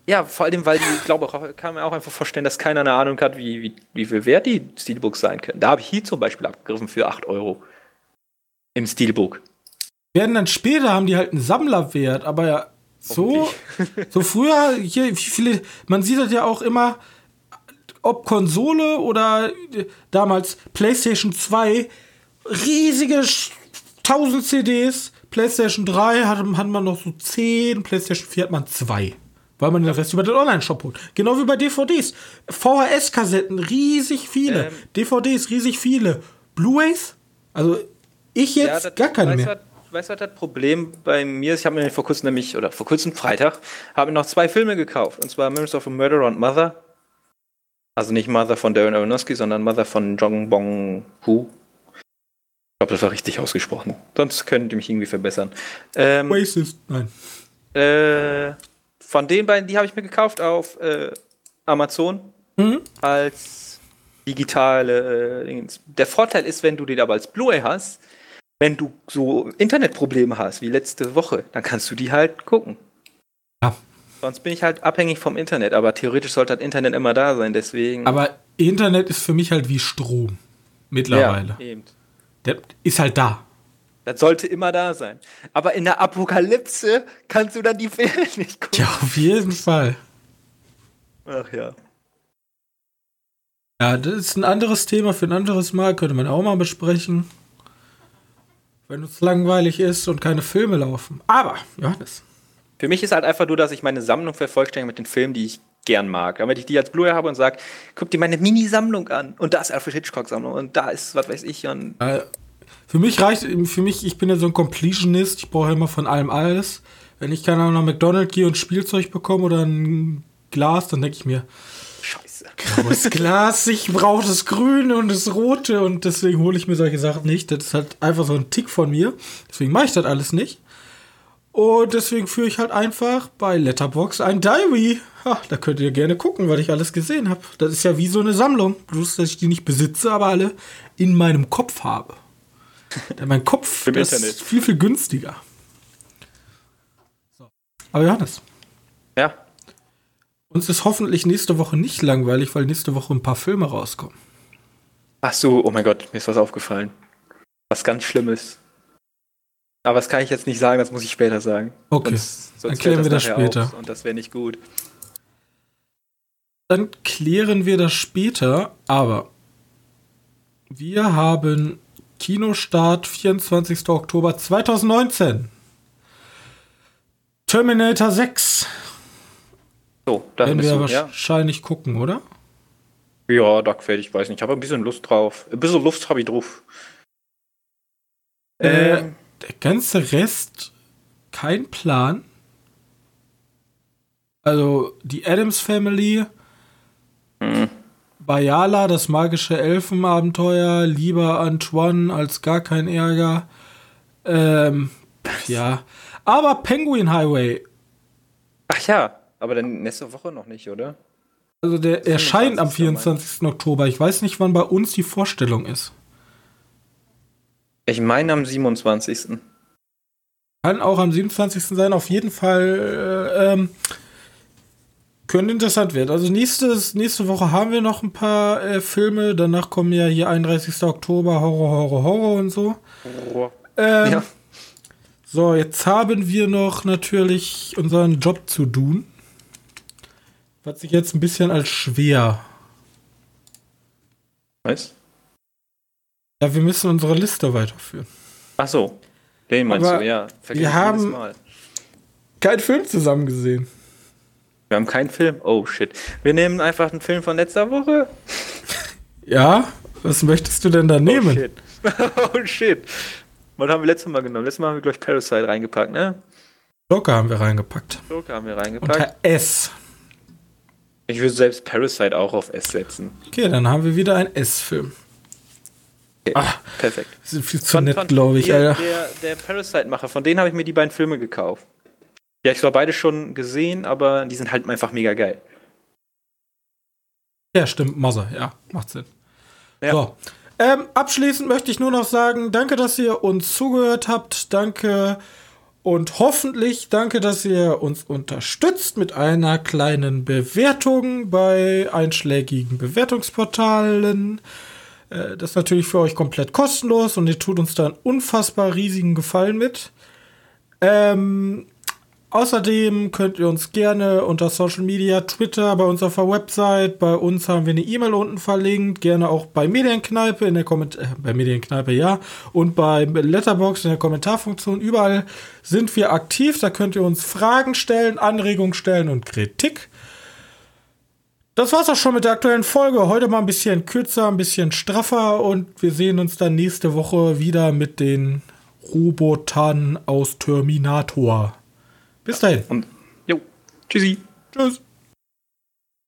B: Ja, vor allem, weil ich glaube, kann man auch einfach vorstellen, dass keiner eine Ahnung hat, wie viel wert die Steelbooks sein können. Da habe ich hier zum Beispiel abgegriffen für 8 Euro im Steelbook.
A: Werden dann später, haben die halt einen Sammlerwert, aber ja, so früher, hier, wie viele, man sieht das ja auch immer, ob Konsole oder damals PlayStation 2, riesige 1000 CDs, PlayStation 3 hat man noch so 10, PlayStation 4 hat man 2. Weil man den Rest über den Online-Shop holt. Genau wie bei DVDs. VHS-Kassetten, riesig viele. DVDs, riesig viele. Blu-rays? Also ich jetzt gar keine mehr.
B: Weißt du, was das Problem bei mir ist? Ich habe mir vor kurzem Freitag, habe mir noch 2 Filme gekauft. Und zwar Memories of a Murderer und Mother. Also nicht Mother von Darren Aronofsky, sondern Mother von Jong Bong-ho. Ich glaube, das war richtig ausgesprochen. Sonst könnt ihr mich irgendwie verbessern.
A: Racist, nein.
B: Von den beiden, die habe ich mir gekauft auf Amazon als digitale Dings. Der Vorteil ist, wenn du den aber als Blu-ray hast, wenn du so Internetprobleme hast, wie letzte Woche, dann kannst du die halt gucken.
A: Ja.
B: Sonst bin ich halt abhängig vom Internet, aber theoretisch sollte das Internet immer da sein, deswegen...
A: Aber Internet ist für mich halt wie Strom. Mittlerweile.
B: Ja, eben.
A: Der ist halt da.
B: Das sollte immer da sein. Aber in der Apokalypse kannst du dann die Filme nicht gucken.
A: Ja, auf jeden Fall.
B: Ach ja.
A: Ja, das ist ein anderes Thema für ein anderes Mal. Könnte man auch mal besprechen. Wenn es langweilig ist und keine Filme laufen. Aber, Johannes.
B: Für mich ist halt einfach nur, dass ich meine Sammlung vervollständige mit den Filmen, die ich gern mag. Aber wenn ich die als Blu-ray habe und sage, guck dir meine Mini-Sammlung an. Und da ist Alfred Hitchcock-Sammlung. Und da ist, was weiß ich. Und
A: für mich, ich bin ja so ein Completionist. Ich brauche immer von allem alles. Wenn ich keine Ahnung nach McDonald's gehe und Spielzeug bekomme oder ein Glas, dann denke ich mir,
B: Scheiße.
A: graues Glas, ich brauche das Grüne und das Rote und deswegen hole ich mir solche Sachen nicht. Das ist halt einfach so ein Tick von mir. Deswegen mache ich das alles nicht. Und deswegen führe ich halt einfach bei Letterboxd ein Diary. Da könnt ihr gerne gucken, was ich alles gesehen habe. Das ist ja wie so eine Sammlung. Bloß, dass ich die nicht besitze, aber alle in meinem Kopf habe. Denn mein Kopf ist viel, viel günstiger. So. Aber Johannes.
B: Ja.
A: Uns ist hoffentlich nächste Woche nicht langweilig, weil nächste Woche ein paar Filme rauskommen.
B: Ach so, oh mein Gott, mir ist was aufgefallen. Was ganz Schlimmes. Aber das kann ich jetzt nicht sagen, das muss ich später sagen.
A: Okay,
B: sonst
A: dann klären wir das später.
B: Und das wäre nicht gut.
A: Dann klären wir das später, aber wir haben Kinostart 24. Oktober 2019. Terminator 6.
B: So, da
A: werden wir
B: du,
A: wahrscheinlich gucken, oder?
B: Ja, ich weiß nicht. Ich habe ein bisschen Lust drauf. Ein bisschen Lust habe ich drauf.
A: Der ganze Rest, kein Plan. Also, die Addams Family, Bayala, das magische Elfenabenteuer, lieber Antoine als gar kein Ärger. Ja. Aber Penguin Highway.
B: Ach ja, aber dann nächste Woche noch nicht, oder?
A: Also der erscheint am 24. Oktober. Ich weiß nicht, wann bei uns die Vorstellung ist.
B: Ich meine am 27.
A: Kann auch am 27. sein. Auf jeden Fall könnte interessant werden. Also nächste Woche haben wir noch ein paar Filme. Danach kommen ja hier 31. Oktober Horror und so. Ja. So, jetzt haben wir noch natürlich unseren Job zu tun. Was sich jetzt ein bisschen als schwer.
B: Was?
A: Ja, wir müssen unsere Liste weiterführen.
B: Ach so, den meinst du, ja.
A: Wir haben keinen Film zusammen gesehen.
B: Wir haben keinen Film? Oh, shit. Wir nehmen einfach einen Film von letzter Woche.
A: Ja? Was möchtest du denn da nehmen?
B: Shit. Oh, shit. Was haben wir letztes Mal genommen? Letztes Mal haben wir, glaube ich, Parasite reingepackt, ne?
A: Joker haben wir reingepackt. Unter S.
B: Ich würde selbst Parasite auch auf S setzen.
A: Okay, dann haben wir wieder einen S-Film.
B: Okay, perfekt.
A: Die sind viel zu nett, glaube ich, Alter.
B: Der Parasite-Macher, von denen habe ich mir die beiden Filme gekauft. Ja, ich habe beide schon gesehen, aber die sind halt einfach mega geil.
A: Ja, stimmt, Mother, ja, macht Sinn.
B: Ja.
A: So. Abschließend möchte ich nur noch sagen, danke, dass ihr uns zugehört habt. Danke Und hoffentlich danke, dass ihr uns unterstützt mit einer kleinen Bewertung bei einschlägigen Bewertungsportalen. Das ist natürlich für euch komplett kostenlos und ihr tut uns da einen unfassbar riesigen Gefallen mit. Außerdem könnt ihr uns gerne unter Social Media, Twitter, bei uns auf der Website, bei uns haben wir eine E-Mail unten verlinkt, gerne auch bei Medienkneipe bei Medienkneipe, ja, und bei Letterboxd in der Kommentarfunktion. Überall sind wir aktiv, da könnt ihr uns Fragen stellen, Anregungen stellen und Kritik. Das war's auch schon mit der aktuellen Folge. Heute mal ein bisschen kürzer, ein bisschen straffer und wir sehen uns dann nächste Woche wieder mit den Robotern aus Terminator. Bis dahin.
B: Und, jo, tschüssi.
A: Tschüss.